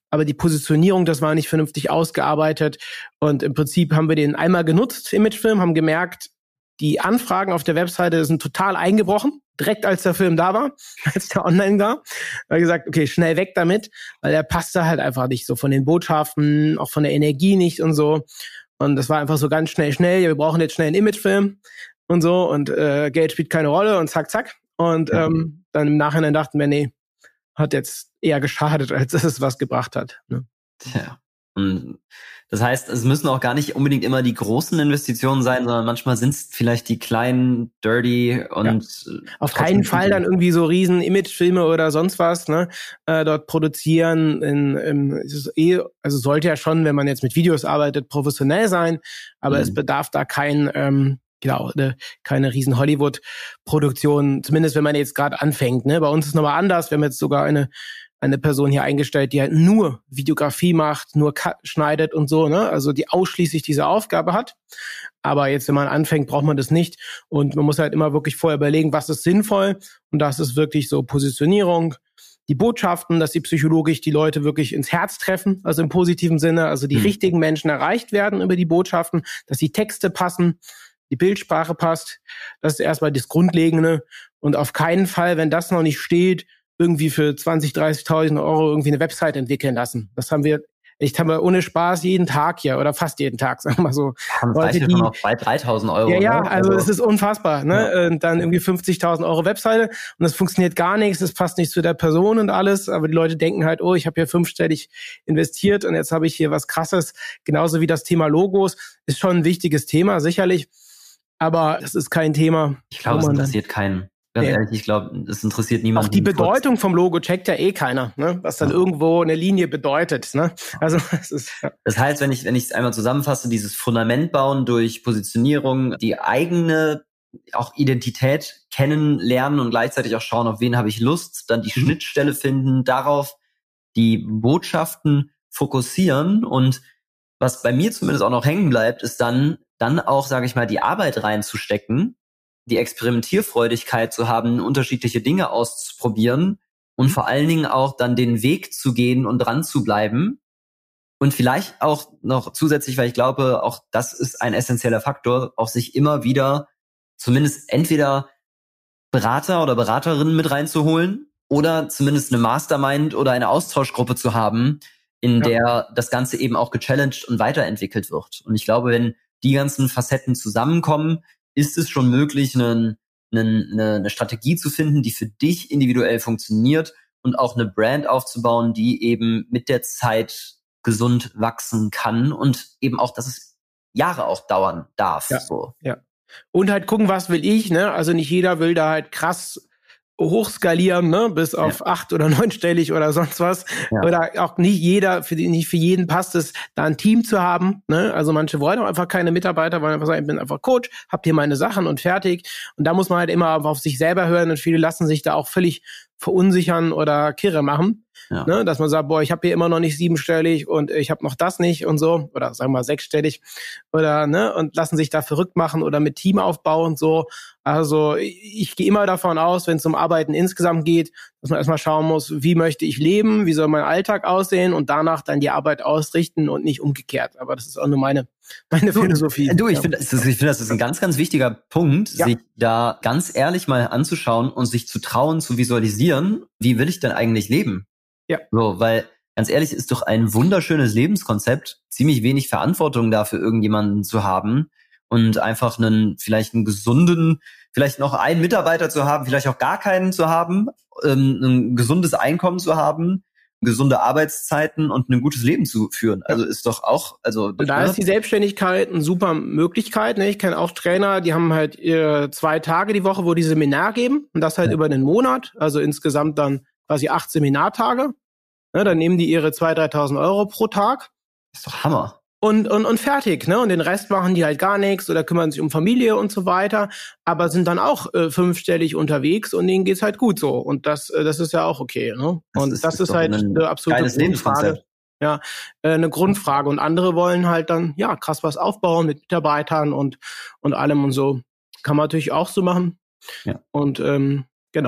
aber die Positionierung, das war nicht vernünftig ausgearbeitet. Und im Prinzip haben wir den einmal genutzt, Imagefilm, haben gemerkt, die Anfragen auf der Webseite sind total eingebrochen, direkt als der Film da war, als der online war. Da habe ich gesagt, okay, schnell weg damit, weil der passte halt einfach nicht so von den Botschaften, auch von der Energie nicht und so. Und das war einfach so ganz schnell, schnell, ja, wir brauchen jetzt schnell einen Imagefilm und so und äh, Geld spielt keine Rolle und zack, zack. Und ja. ähm, dann im Nachhinein dachten wir, nee, hat jetzt eher geschadet, als dass es was gebracht hat. Ne? Tja. Und das heißt, es müssen auch gar nicht unbedingt immer die großen Investitionen sein, sondern manchmal sind es vielleicht die kleinen, dirty und ja. Auf keinen Fall dann irgendwie so riesen Imagefilme oder sonst was, ne, äh, dort produzieren. In, in, ist es eh, also sollte ja schon, wenn man jetzt mit Videos arbeitet, professionell sein, aber mhm. es bedarf da kein ähm, Genau, ne, keine riesen Hollywood-Produktion, zumindest wenn man jetzt gerade anfängt. Ne? Bei uns ist es nochmal anders. Wir haben jetzt sogar eine eine Person hier eingestellt, die halt nur Videografie macht, nur cut, schneidet und so, ne? Also die ausschließlich diese Aufgabe hat. Aber jetzt, wenn man anfängt, braucht man das nicht. Und man muss halt immer wirklich vorher überlegen, was ist sinnvoll. Und das ist wirklich so Positionierung, die Botschaften, dass sie psychologisch die Leute wirklich ins Herz treffen, also im positiven Sinne, also die mhm. richtigen Menschen erreicht werden über die Botschaften, dass die Texte passen, die Bildsprache passt. Das ist erstmal das Grundlegende. Und auf keinen Fall, wenn das noch nicht steht, irgendwie für zwanzig, dreißigtausend Euro irgendwie eine Website entwickeln lassen. Das haben wir, echt haben wir ohne Spaß jeden Tag hier oder fast jeden Tag, sagen wir mal so. Ja, das reicht ja schon auf bei dreitausend Euro. Ja, ja, ne? also es ist unfassbar. Ne? Ja. Und dann irgendwie fünfzigtausend Euro Webseite und das funktioniert gar nichts, das passt nicht zu der Person und alles, aber die Leute denken halt, oh, ich habe hier fünfstellig investiert und jetzt habe ich hier was Krasses. Genauso wie das Thema Logos ist schon ein wichtiges Thema, sicherlich, aber das ist kein Thema. Ich glaube, es interessiert keinen. Ganz ehrlich, ich glaube, es interessiert niemanden. Auch die Bedeutung vom Logo checkt ja eh keiner, ne? Was dann ja. irgendwo eine Linie bedeutet, ne? Also es ist. Ja. Das heißt, wenn ich wenn ich es einmal zusammenfasse, dieses Fundament bauen durch Positionierung, die eigene auch Identität kennenlernen und gleichzeitig auch schauen, auf wen habe ich Lust, dann die mhm. Schnittstelle finden, darauf die Botschaften fokussieren und was bei mir zumindest auch noch hängen bleibt, ist dann dann auch, sage ich mal, die Arbeit reinzustecken, die Experimentierfreudigkeit zu haben, unterschiedliche Dinge auszuprobieren und vor allen Dingen auch dann den Weg zu gehen und dran zu bleiben. Und vielleicht auch noch zusätzlich, weil ich glaube, auch das ist ein essentieller Faktor, auch sich immer wieder zumindest entweder Berater oder Beraterinnen mit reinzuholen oder zumindest eine Mastermind oder eine Austauschgruppe zu haben, in ja. der das Ganze eben auch gechallenged und weiterentwickelt wird. Und ich glaube, wenn die ganzen Facetten zusammenkommen, ist es schon möglich, eine, eine, eine Strategie zu finden, die für dich individuell funktioniert und auch eine Brand aufzubauen, die eben mit der Zeit gesund wachsen kann und eben auch, dass es Jahre auch dauern darf. Ja, so. ja. Und halt gucken, was will ich, ne? Also nicht jeder will da halt krass hochskalieren, ne, bis auf ja. acht oder neunstellig oder sonst was. Ja. Oder auch nicht jeder, für die, nicht für jeden passt es, da ein Team zu haben, ne. Also manche wollen auch einfach keine Mitarbeiter, wollen einfach sagen, ich bin einfach Coach, hab hier meine Sachen und fertig. Und da muss man halt immer auf sich selber hören und viele lassen sich da auch völlig verunsichern oder kirre machen. Ja. Ne, dass man sagt, boah, ich habe hier immer noch nicht siebenstellig und ich habe noch das nicht und so, oder sagen wir mal sechsstellig oder ne, und lassen sich da verrückt machen oder mit Teamaufbau und so. Also ich, ich gehe immer davon aus, wenn es um Arbeiten insgesamt geht, dass man erstmal schauen muss, wie möchte ich leben, wie soll mein Alltag aussehen und danach dann die Arbeit ausrichten und nicht umgekehrt. Aber das ist auch nur meine meine du, Philosophie. Du, ich finde, ich finde, das ist ein ganz, ganz wichtiger Punkt, ja. sich da ganz ehrlich mal anzuschauen und sich zu trauen, zu visualisieren, wie will ich denn eigentlich leben? Ja. So, weil ganz ehrlich ist doch ein wunderschönes Lebenskonzept, ziemlich wenig Verantwortung dafür irgendjemanden zu haben und einfach einen, vielleicht einen gesunden, vielleicht noch einen Mitarbeiter zu haben, vielleicht auch gar keinen zu haben, ähm, ein gesundes Einkommen zu haben, gesunde Arbeitszeiten und ein gutes Leben zu führen. Also ist doch auch, also und da ist die Selbstständigkeit eine super Möglichkeit. Ne? Ich kenne auch Trainer, die haben halt ihre zwei Tage die Woche, wo die Seminar geben und das halt ja. über einen Monat, also insgesamt dann quasi acht Seminartage. Ne, dann nehmen die ihre zweitausend, dreitausend Euro pro Tag. Ist doch Hammer. Und, und, und fertig, ne? Und den Rest machen die halt gar nichts oder kümmern sich um Familie und so weiter, aber sind dann auch äh, fünfstellig unterwegs und denen geht's halt gut so. Und das, äh, das ist ja auch okay, ne? Das und ist, das ist, ist halt eine absolute Grundfrage. Ja, äh, eine Grundfrage. Und andere wollen halt dann, ja, krass was aufbauen mit Mitarbeitern und, und allem und so. Kann man natürlich auch so machen. Ja. Und, ähm, genau.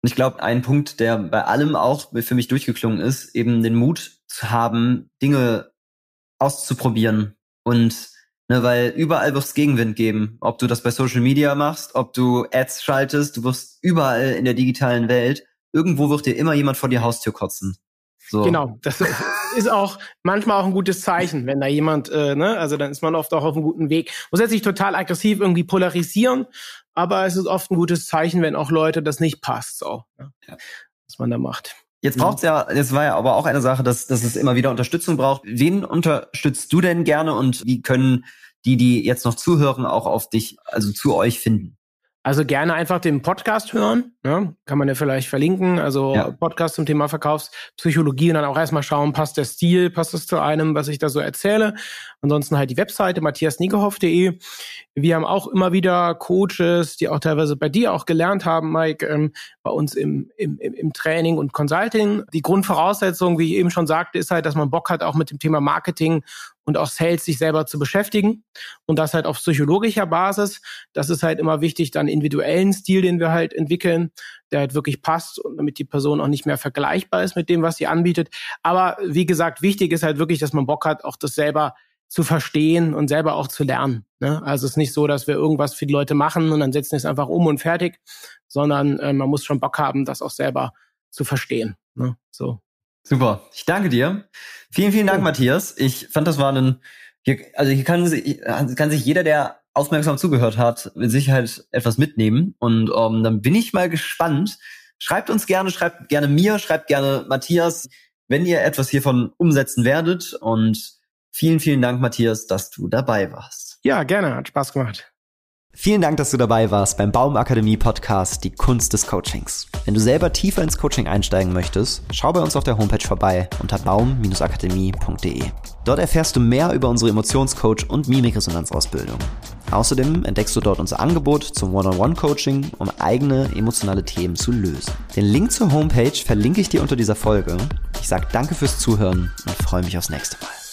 Und ich glaube, ein Punkt, der bei allem auch für mich durchgeklungen ist, eben den Mut zu haben, Dinge auszuprobieren. Und ne, weil überall wird es Gegenwind geben. Ob du das bei Social Media machst, ob du Ads schaltest, du wirst überall in der digitalen Welt, irgendwo wird dir immer jemand vor die Haustür kotzen. So. Genau, das ist auch manchmal auch ein gutes Zeichen, wenn da jemand, äh, ne, also dann ist man oft auch auf einem guten Weg. Muss jetzt nicht total aggressiv irgendwie polarisieren, aber es ist oft ein gutes Zeichen, wenn auch Leute das nicht passt, so, ne, ja. Was man da macht. Jetzt braucht's ja, jetzt war ja aber auch eine Sache, dass, dass es immer wieder Unterstützung braucht. Wen unterstützt du denn gerne und wie können die, die jetzt noch zuhören, auch auf dich, also zu euch finden? Also gerne einfach den Podcast hören, ne? Kann man ja vielleicht verlinken, also ja. Podcast zum Thema Verkaufspsychologie und dann auch erstmal schauen, passt der Stil, passt es zu einem, was ich da so erzähle. Ansonsten halt die Webseite matthias niegehoff punkt de. Wir haben auch immer wieder Coaches, die auch teilweise bei dir auch gelernt haben, Mike, ähm, bei uns im, im, im Training und Consulting. Die Grundvoraussetzung, wie ich eben schon sagte, ist halt, dass man Bock hat, auch mit dem Thema Marketing und auch Sales sich selber zu beschäftigen und das halt auf psychologischer Basis. Das ist halt immer wichtig, dann individuellen Stil, den wir halt entwickeln, der halt wirklich passt und damit die Person auch nicht mehr vergleichbar ist mit dem, was sie anbietet. Aber wie gesagt, wichtig ist halt wirklich, dass man Bock hat, auch das selber zu verstehen und selber auch zu lernen. Ne? Also es ist nicht so, dass wir irgendwas für die Leute machen und dann setzen wir es einfach um und fertig, sondern äh, man muss schon Bock haben, das auch selber zu verstehen. Ne? So. Super, ich danke dir. Vielen, vielen Dank, Matthias. Ich fand, das war ein, hier, also hier kann, kann sich jeder, der aufmerksam zugehört hat, mit Sicherheit etwas mitnehmen. Und ähm, dann bin ich mal gespannt. Schreibt uns gerne, schreibt gerne mir, schreibt gerne Matthias, wenn ihr etwas hiervon umsetzen werdet. Und vielen, vielen Dank, Matthias, dass du dabei warst. Ja, gerne, hat Spaß gemacht. Vielen Dank, dass du dabei warst beim Baumakademie Podcast Die Kunst des Coachings. Wenn du selber tiefer ins Coaching einsteigen möchtest, schau bei uns auf der Homepage vorbei unter baum akademie punkt de. Dort erfährst du mehr über unsere Emotionscoach- und Mimikresonanzausbildung. Außerdem entdeckst du dort unser Angebot zum One-on-One-Coaching, um eigene emotionale Themen zu lösen. Den Link zur Homepage verlinke ich dir unter dieser Folge. Ich sage danke fürs Zuhören und freue mich aufs nächste Mal.